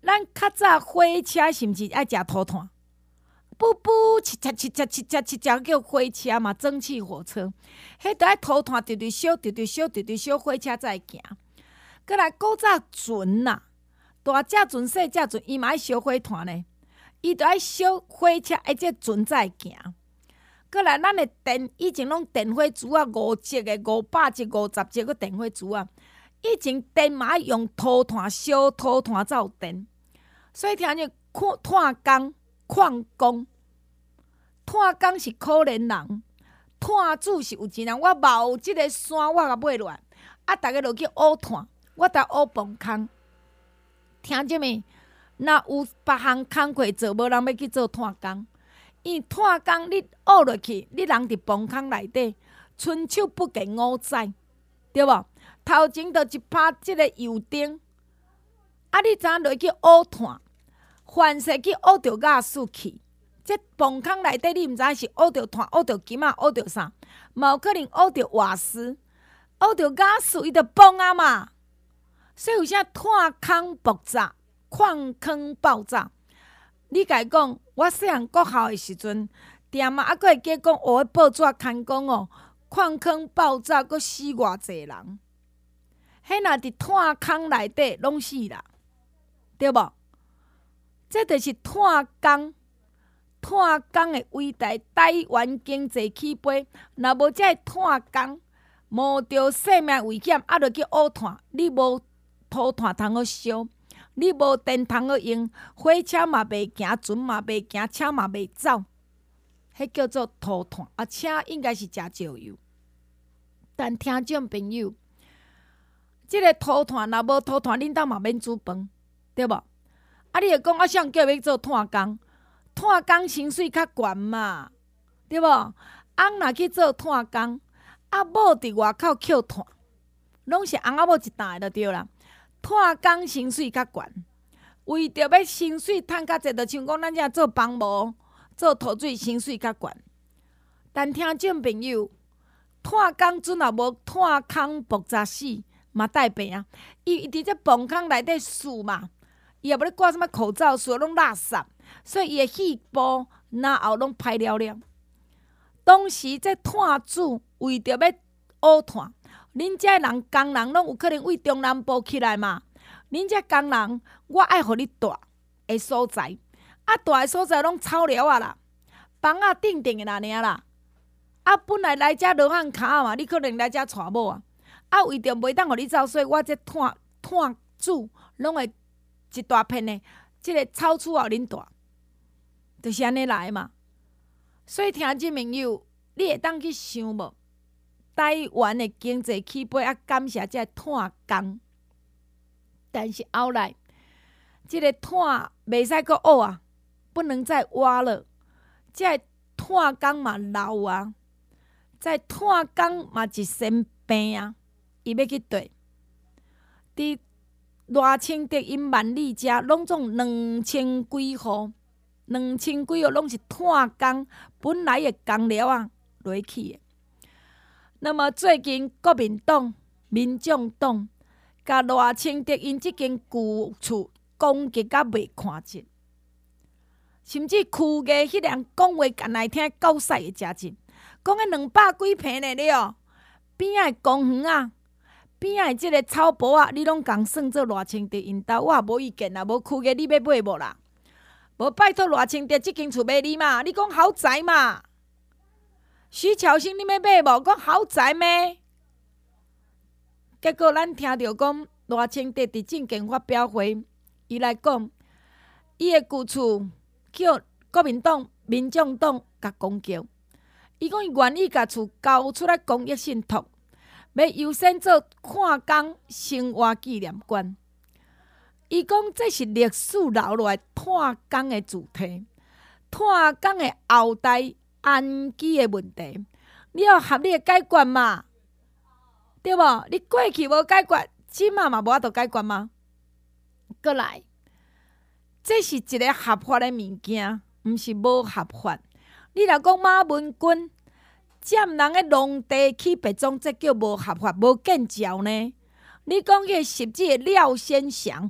咱较早火车是毋是爱食土炭？噗噗，呲嚓呲嚓呲嚓呲嚓叫火车嘛，蒸汽火车。迄着爱土炭直直烧，直直烧，直直烧，火车才会行。过来古早船呐，大只船、细只船，伊嘛爱烧火炭呢。伊着爱烧火车，而且船才会行。过来，咱的电以前拢电火珠啊，五级的、五百级、五十级个电火珠啊。以前电嘛爱用土炭烧，土炭才有电。所以听着炭工、矿工，炭工是可怜人，炭主是有钱人。我冒即个山，我甲买落来，啊，逐个落去挖炭，我搭挖崩空。听着没？若有别项工课做，无人要去做炭工。因为炭工你挖落去，你人伫崩空内底，伸手不见五指，对无？头前着一拍即个油灯，啊，你知影落去挖炭，凡是去挖着瓦斯去，这崩空内底你毋知影是挖着炭、挖着金仔、挖着啥，嘛有可能挖着瓦斯、挖着瓦斯，伊着崩啊嘛。所以有啥炭坑爆炸、矿坑爆炸？你甲伊讲，我细汉国校的时阵，店嘛还佫会记讲，学的报纸刊讲哦，矿坑爆炸，佫死偌济人。迄若伫炭坑内底，拢死啦，对无？这就是炭工，炭工的伟大，台湾经济起飞。若无这炭工，冒着生命危险，啊，落去挖炭，你无土炭通好烧。你无电通好用，火车嘛袂行，船嘛袂行，车嘛袂走，迄叫做土炭。啊，车应该是食石油。但听众朋友，即、这个土炭若无土炭，恁兜嘛免煮饭，对无？啊，你会讲啊，谁叫要做炭工？炭工薪水较悬嘛，对无？翁若去做炭工，啊，某伫外口捡炭，拢是翁仔某一担的就对啦。炭工薪水较悬，为着要薪水趁较济，就像讲咱遮做房务、做土水薪水较悬。但听众朋友，炭工阵若无炭坑爆炸死，嘛带病啊！伊伫这崩坑内底死嘛，伊也无咧挂什么口罩，所拢垃圾，所以伊的细胞然后拢歹了了。当时这炭主为着要挖炭。恁遮人工人拢有可能为中南部起来嘛？恁遮工人，我爱互你大的所在，啊大的所在拢草寮啊啦，房仔顶顶的啦尔啦。啊，本来来遮罗汉脚嘛，你可能来遮带某啊。啊，为着袂当互你走，所以我这炭炭主拢会一大片的，即、这个草厝后恁大，就是安尼来嘛。所以听众朋友，你会当去想无？台湾的经济起飞啊，感谢这炭工。但是后来，这个炭袂使阁挖啊，不能再挖了。这炭工嘛老啊，在炭工嘛一身病啊，伊要去倒。伫赖清德因万里遮，拢总两千几户，两千几户拢是炭工本来的工料啊落去的。那么最近国民党、民众党甲赖清德因即间旧厝攻击甲袂看见，甚至区议迄人讲话敢来听够屎的诚真，讲个两百几平的了，边仔的公园啊，边仔的即个草坡啊，你拢共算做赖清德因兜，我也无意见啦，无区议你要买无啦？无拜托赖清德即间厝买你嘛？你讲豪宅嘛？徐巧芯，你要买无？讲豪宅咩？结果咱听到讲赖清德伫政见发表会，伊来讲，伊的旧厝叫国民党、民众党甲攻击。伊讲伊愿意甲厝交出来公益信托，要优先做看工生活纪念馆。伊讲这是历史留落来炭工的主题，炭工的后代。安居的问题，你要合理的解决嘛，对无？你过去无解决，即马嘛无法度解决吗？过来，这是一个合法的物件，毋是无合法。你若讲马文君占人的农地去白种，这叫无合法、无见招呢？你讲迄个实际的廖先祥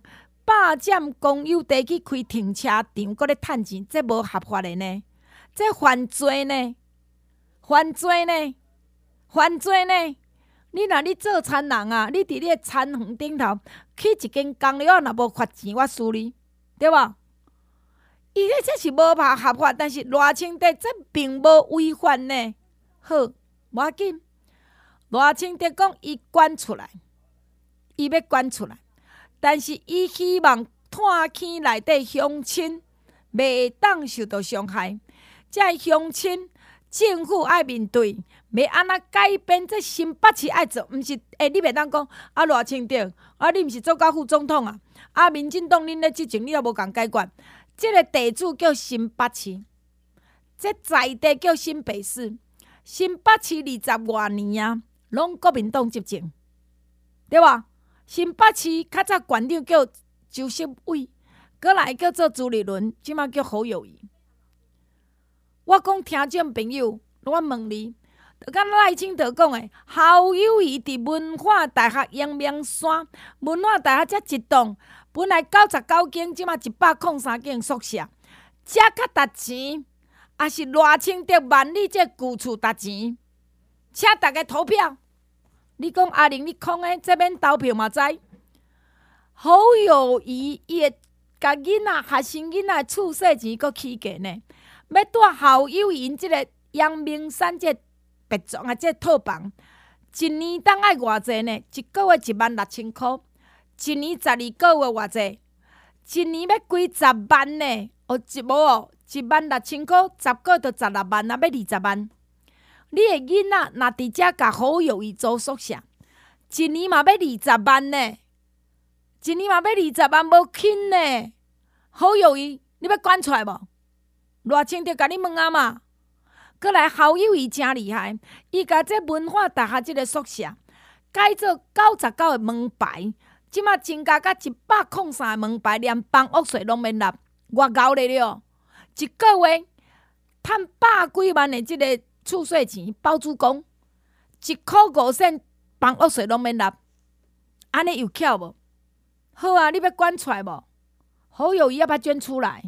霸占公有地去开停车场，搁咧趁钱，这无合法的呢？这犯罪呢？犯罪呢？犯罪呢？你若你做田人啊，你伫你的田园顶头起一间公寮，若无罚钱，我输你，对无？伊咧这是无法合法，但是赖清德这并无违反呢。好，无要紧。赖清德讲伊管出来，伊要管出来，但是伊希望炭坑内底乡亲袂当受到伤害。这乡亲政府爱面对，要安怎改变这新北市爱做，毋是诶、欸？你袂当讲啊赖清德啊，你毋是做到副总统啊？啊，民进党恁咧执政，你也无共解决。这个地主叫新北市，这在地叫新北市。新北市二十多年啊，拢国民党执政，对吧？新北市较早县长叫周锡伟，过来叫做朱立伦，即马叫侯友宜。我讲听众朋友，我问你，就敢赖清德讲的，侯友宜伫文化大学阳明山，文化大学才一栋，本来九十九间，即马一百零三间宿舍，这较值钱，也是赖清德万里这旧厝值钱，请大家投票。你讲阿玲，你空的，这边投票嘛知？侯友宜伊会甲囡仔学生囡仔厝细钱搁起价呢？要带侯友宜即个阳明山这别庄啊，这套房，一年当爱偌济呢？一个月一万六千箍，一年十二个月偌济？一年要几十万呢？哦，一无哦，一万六千箍，十个月就十六万啊，要二十万。你的囡仔若伫遮甲侯友宜租宿舍，一年嘛要二十万呢？一年嘛要二十万，无轻呢？侯友宜，你要管出来无？赖清德甲你问啊嘛？过来侯友宜真厉害，伊甲这文化大学即个宿舍改做九十九个门牌，即马增加到一百零三个门牌，连房屋税拢免纳，偌高咧了，一个月趁百几万的即个厝税钱，包租公一箍五仙房屋税拢免纳，安尼有巧无？好啊，你要管出来无？侯友宜要不要捐出来？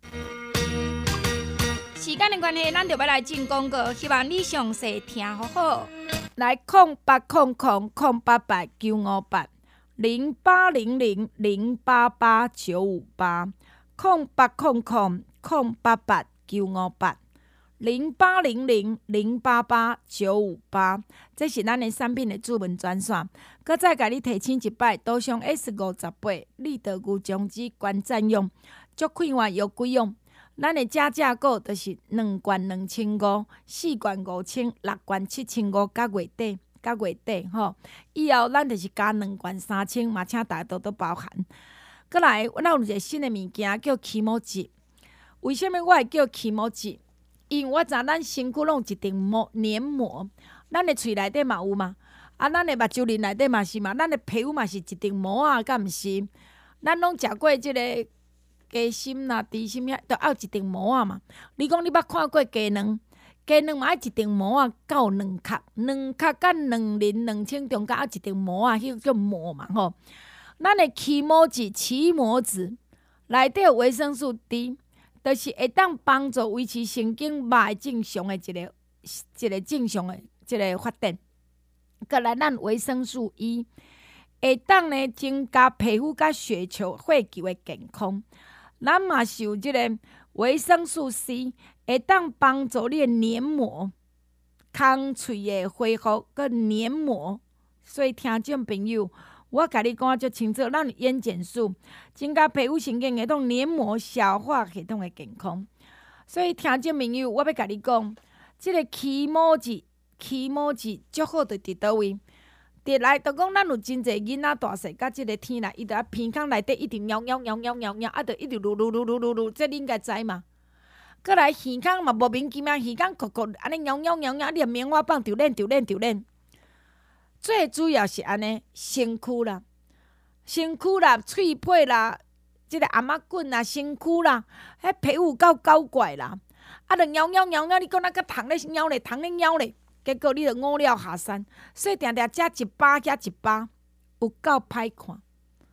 时间的关系，咱就要来进广告，希望你详细听好好。来，空八空空空八八九五八零八零零零八八九五八空八空空空八八九五八零八零零零八八九五八，这是咱的产品的主文专线。搁再甲你提醒一摆，多上 S 五十八立德牛种子罐占用，足快活又贵用。咱的加价购就是两罐两千五，四罐五千，六罐七千五，到月底，到月底吼。以后咱就是加两罐三千，嘛请大家多多包涵。过来，咱有一个新的物件叫起毛剂。为什么我会叫起毛剂？因为我知咱身躯拢有一层膜黏膜，咱的喙内底嘛有嘛，啊，咱的目睭鳞内底嘛是嘛，咱的皮肤嘛是一层膜啊，敢毋是？咱拢食过即、这个。鸡心啦、猪心遐，都要一层膜啊嘛。你讲你捌看过鸡卵？鸡卵嘛爱一层膜啊，到两壳，两壳甲两鳞、两清中间要一层膜啊，迄叫膜嘛吼。咱的起膜剂、起膜子内底有维生素 D， 就是会当帮助维持神经脉正常的一个一个正常的一个发展。过来，咱维生素 E 会当呢增加皮肤甲血球血球的健康。咱嘛是有即个维生素 C， 会当帮助你的黏膜、空喙的恢复佮黏膜。所以听众朋友，我甲你讲足清楚，咱眼睑素增加皮肤神经系统、黏膜、消化系统的健康。所以听众朋友，我要甲你讲，即、这个起毛剂、起毛剂足好，就伫倒位？伫来，就讲咱有真侪囡仔大细，甲即个天来，伊着啊鼻孔内底一直喵喵喵喵喵喵，啊，着一直噜噜噜噜噜噜，这你应该知嘛？过来耳孔嘛莫名其妙，耳孔咕咕安尼喵喵喵喵，你棉花棒丢练丢练丢练。最主要是安尼，身躯啦，身躯啦，喙皮啦，即、这个阿妈棍啦，身躯啦，迄皮肤够搞怪啦，啊，着喵喵喵喵，你讲那个糖咧喵咧，糖咧喵咧。结果你就五了下山，所以定定食一包加一包，有够歹看。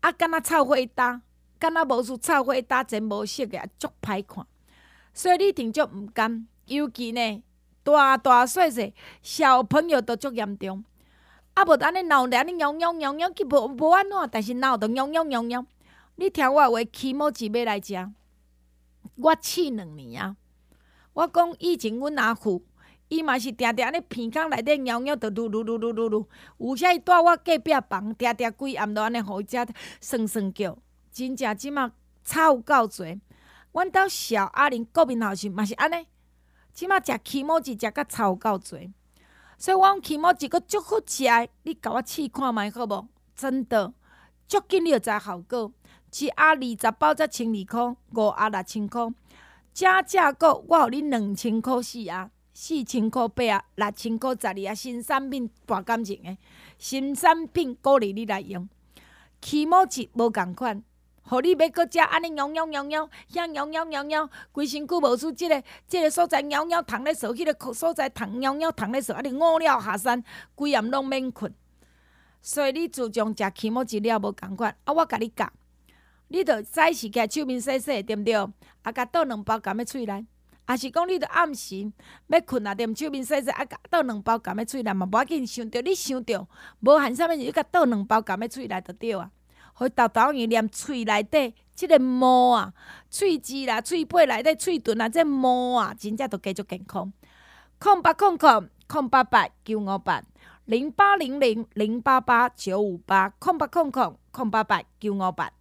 啊，敢若臭火焦，敢若无事臭火焦，真无色个，足歹看。所以你一定足毋甘，尤其呢，大大细细小朋友都足严重。啊，无安尼闹咧，安尼痒痒痒痒，去无无安怎，但是闹着痒痒痒痒。你听我话，起毛钱要来食，我试两年啊。我讲以前阮阿父，伊嘛是定定安尼鼻孔内底痒痒，着噜噜噜噜噜噜。有时伊住我隔壁房，定定规暗都安尼，互伊遮酸酸叫，真正即马差有够侪。阮兜小阿玲国民校时嘛是安尼，即马食起毛钱食甲差有够侪。所以我讲起毛钱阁足好食的，你甲我试看觅好无？真的，足紧你就知效果。一盒二十包才千二箍，五盒六千箍。正正个我互你两千箍四盒，四千箍八盒，六千箍十二盒。新产品大感情的，新产品鼓励你来用。起毛钱无共款，互你要阁食安尼痒痒痒痒，遐痒痒痒痒，规身躯无输，即个即个所在痒痒虫咧扫，迄个所在虫痒痒虫咧扫，啊你饿了下山，规暗拢免困。所以你自从食起毛钱了无共款，啊我甲你教。你着早时起来手面洗洗，对毋对？啊，甲倒两包含咧喙内，啊是讲你着暗时要困啊，踮手面洗洗，啊，甲倒两包含咧喙内嘛，无要紧。想着你想着无限啥物事，你甲倒两包含咧喙内着对啊。互豆豆圆连喙内底即个毛啊、喙齿啦、喙背内底、喙唇啊，这毛啊，真正着加足健康。空八空空空八八九五八零八零零零八八九五八空八空空空八八九五八。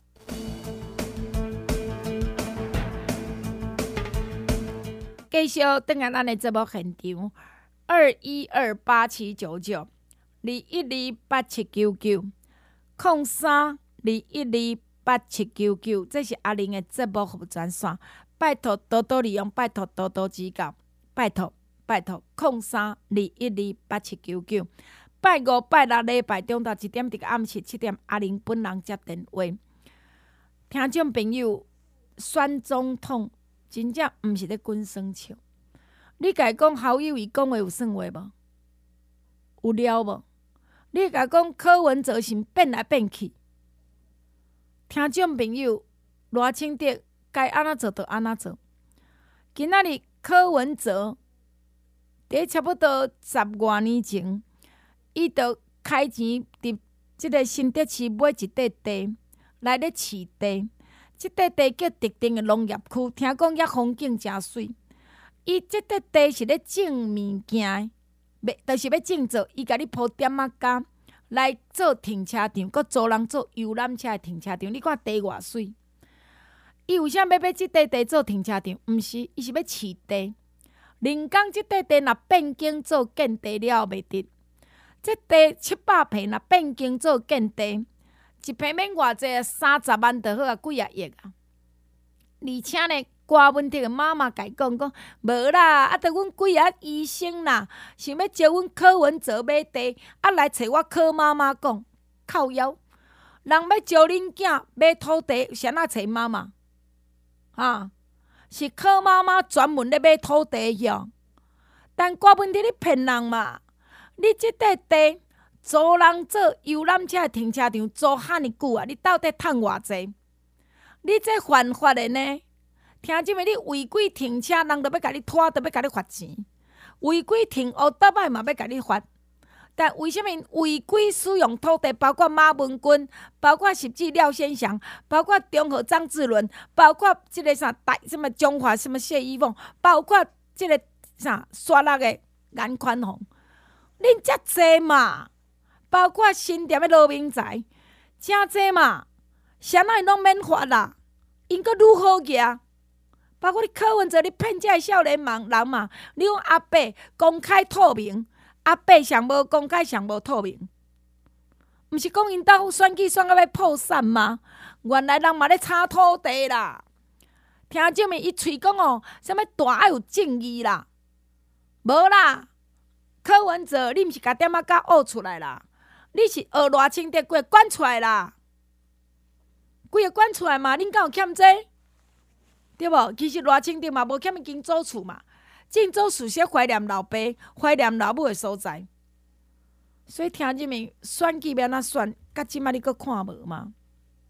继续等下咱的节目现场，二一二八七九九，二一二八七九九，空三二一二八七九九，这是阿玲的节目服务专线，拜托多多利用，拜托多多指教，拜托拜托，空三二一二八七九九，拜五拜六礼拜中昼一点至暗时七点，阿玲本人接电话。听众朋友，选总统。真正毋是咧滚酸笑，你家讲侯友宜讲话有算话无？有了无？你家讲柯文哲是变来变去，听众朋友，赖清德该安怎做就安怎做。今仔日柯文哲伫差不多十外年前，伊就开钱伫即个新德市买一块地来咧饲地。即块地叫特定的农业区，听讲遐风景真水。伊即块地是咧种物件的，就是要种做，伊甲你铺点仔架来做停车场，佮租人做游览车的停车场。你看地偌水，伊为啥要买即块地做停车场？毋是，伊是要饲地。人讲即块地若变更做建地了袂得，即地七百坪若变更做建地。一平免偌济，三十万就好啊，几啊亿啊！而且呢，瓜文婷的妈妈甲伊讲讲，无啦，啊，得阮几啊医生啦，想要招阮柯文哲买地，啊来找我柯妈妈讲，靠腰，人要招恁囝买土地，谁哪找妈妈？哈，是柯妈妈专门咧买土地哟。但瓜文婷你骗人嘛？你即块地。租人做游览车停车场，租遐尼久啊！你到底趁偌济？你这犯法的呢？听即个，你违规停车，人就要甲你拖，就要甲你罚钱；违规停乌搭摆嘛要甲你罚。但为什么违规使用土地，包括马文君，包括甚至廖先祥，包括中和张志伦，包括即个啥大什么中华什么谢依凤，包括即个啥刷落的颜宽宏，恁遮济嘛？包括新店的罗明才，真济嘛，谁哪会拢免罚啦？因阁愈好个，包括你柯文哲，你骗这少年人人嘛？你讲阿伯公开透明，阿伯上无公开，上无透明，毋是讲因兜选举选到要破产吗？原来人嘛咧炒土地啦。听证明伊喙讲哦，啥物大爱有正义啦？无啦，柯文哲，你毋是甲点仔甲学出来啦？你是学赖清德几个管出来啦？几个管出来嘛？恁敢有欠这？对无？其实赖清德嘛无欠伊经祖厝嘛，正祖厝是怀念老爸、怀念老母的所在。所以听入面选举要安怎选，甲即摆你阁看无嘛？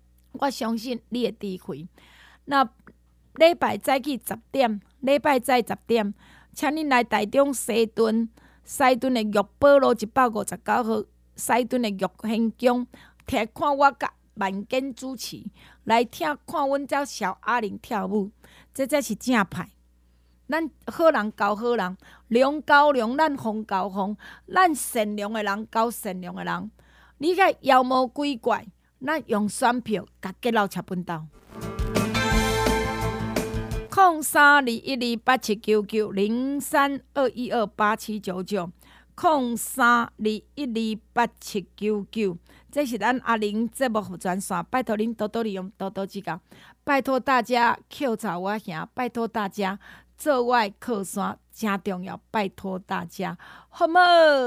我相信你会智慧。那礼拜早起十点，礼拜早十点，请恁来台中西屯，西屯的玉宝路一百五十九号，西屯的玉兴宫，听看我甲万坚主持，来听看阮遮小阿玲跳舞，这才是正派。咱好人交好人，良交良，咱逢交逢，咱善良的人交善良的人。你个妖魔鬼怪，咱用选票甲结老车本道。空三二一二八七九九零三二一二八七九九，空三二一二八七九九，这是咱阿玲节目服专线，拜托恁多多利用，多多指教。拜托大家扣查我兄，拜托大家做我的靠山，真重要，拜托大家，好吗？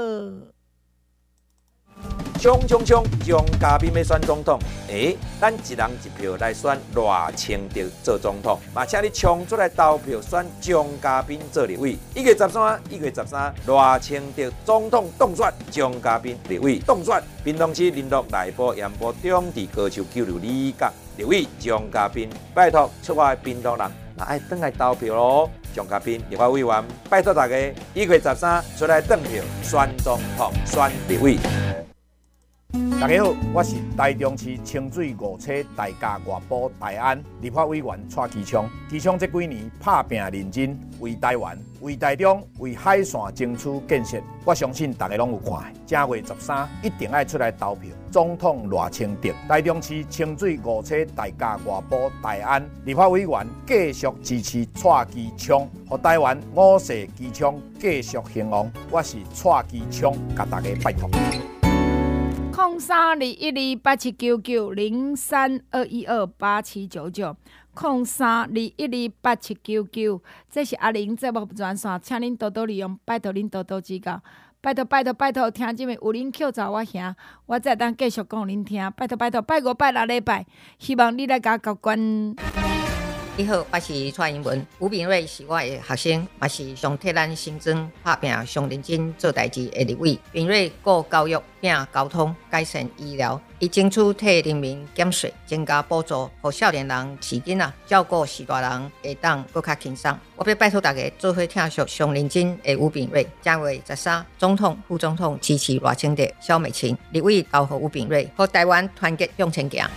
冲冲冲！蒋嘉宾要选总统，诶，咱一人一票来选赖清德做总统，嘛，请你冲出来投票选蒋嘉宾做立委。一月十三，一月十三，赖清德总统当选，蒋嘉宾立委当选。屏东市林鹿内埔盐埔中地高球九六里角立委蒋嘉宾，拜托出外的屏东人，那爱转来投票咯。蒋嘉宾立法委员，拜托大家一月十三出来投票选总统、选立委。 大家好，我是台中市清水五车大家外埔大安立法委员蔡其昌。其昌这几年打拼认真，为台湾、为台中、为海线争取建设，我相信大家拢有看的。正月十三一定要出来投票，总统赖清德。台中市清水五车大家外埔大安立法委员继续支持蔡其昌，让台湾五世其昌继续兴旺。我是蔡其昌，甲大家拜托。 空三二一二八七九九零三二一二八七九九，空三二一二八七九九，这是阿玲节目专线，请恁多多利用，拜托恁多多指教，拜托拜托拜托，听姐妹有恁扣查我兄，我才当继续讲恁听，拜托拜托，拜五拜六礼拜，希望你来甲交关。 你好，我是蔡英文。吴秉瑞是我的学生，也是上替咱新庄拍拼、上认真做代志的立委。秉瑞顾教育、拼交通、改善医疗，伊争取替人民减税、增加补助，让少年人饲囡仔、照顾士大人会当更较轻松。我要拜托大家做伙听续上认真的吴秉瑞。正月十三，总统、副总统支持赖清德、萧美琴，立委投给吴秉瑞，让台湾团结向前行。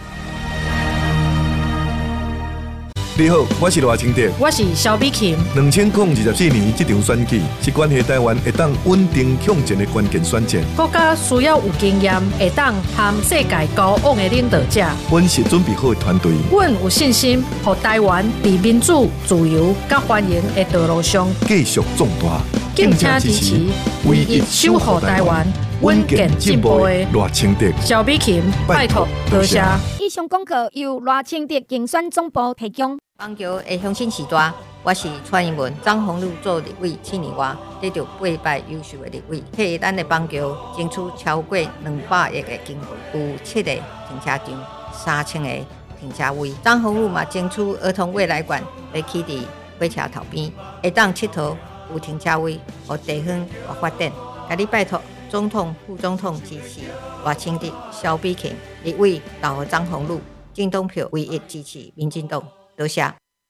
你好，我是赖清德， 我是萧美琴。 两千零二十四年这场选举是关系台湾会当稳定向前的关键选战。 国家需要有经验、会当和世界交往的领导者。 阮是准备好的团队， 阮有信心，让台湾在民主、自由、甲繁荣的道路上继续壮大。 敬请支持，唯一守护台湾、稳健进步的赖清德、 萧美琴，拜托多谢。 以上广告由赖清德竞选总部提供。 棒球的乡亲时代，我是蔡英文，张宏禄做立委七年外，得到八摆优秀的立委，替咱的棒球争取超过两百亿的经费，有七个停车场、三千个停车位。张宏禄嘛争取儿童未来馆来起伫火车头边，会当佚佗有停车位，和地方和发展。甲你拜托总统、副总统支持赖清德、萧美琴，立委投给张宏禄，进党票唯一支持民进党。多谢。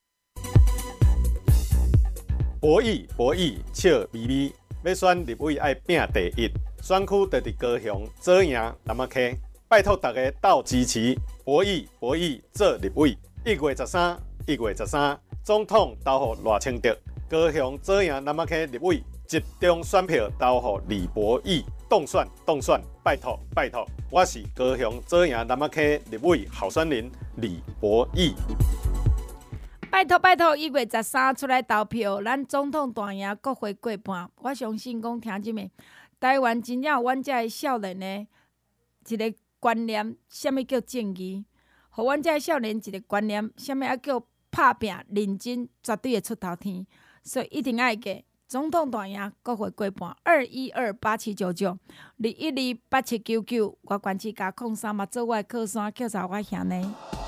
博弈博弈笑眯眯，要选立委爱拼第一，选区就伫高雄，左营南仔溪，拜托大家斗支持博弈博弈做立委。一月十三，一月十三，总统投给赖清德，高雄左营南仔溪立委集中选票投给李博弈，当选当选，拜托拜托，我是高雄左营南仔溪立委候选人李博弈。 拜托拜托，一月十三出来投票，咱总统大赢，国会过半。我相信讲，听姐妹，台湾真正有阮遮的少年的一个观念，什么叫正义？互阮遮的少年一个观念，什么啊叫拍拼、认真，绝对会出头天。所以一定爱记，总统大赢，国会过半。二一二八七九九，二一二八七九九，我关市加空三嘛，做我的靠山，叫啥我兄呢？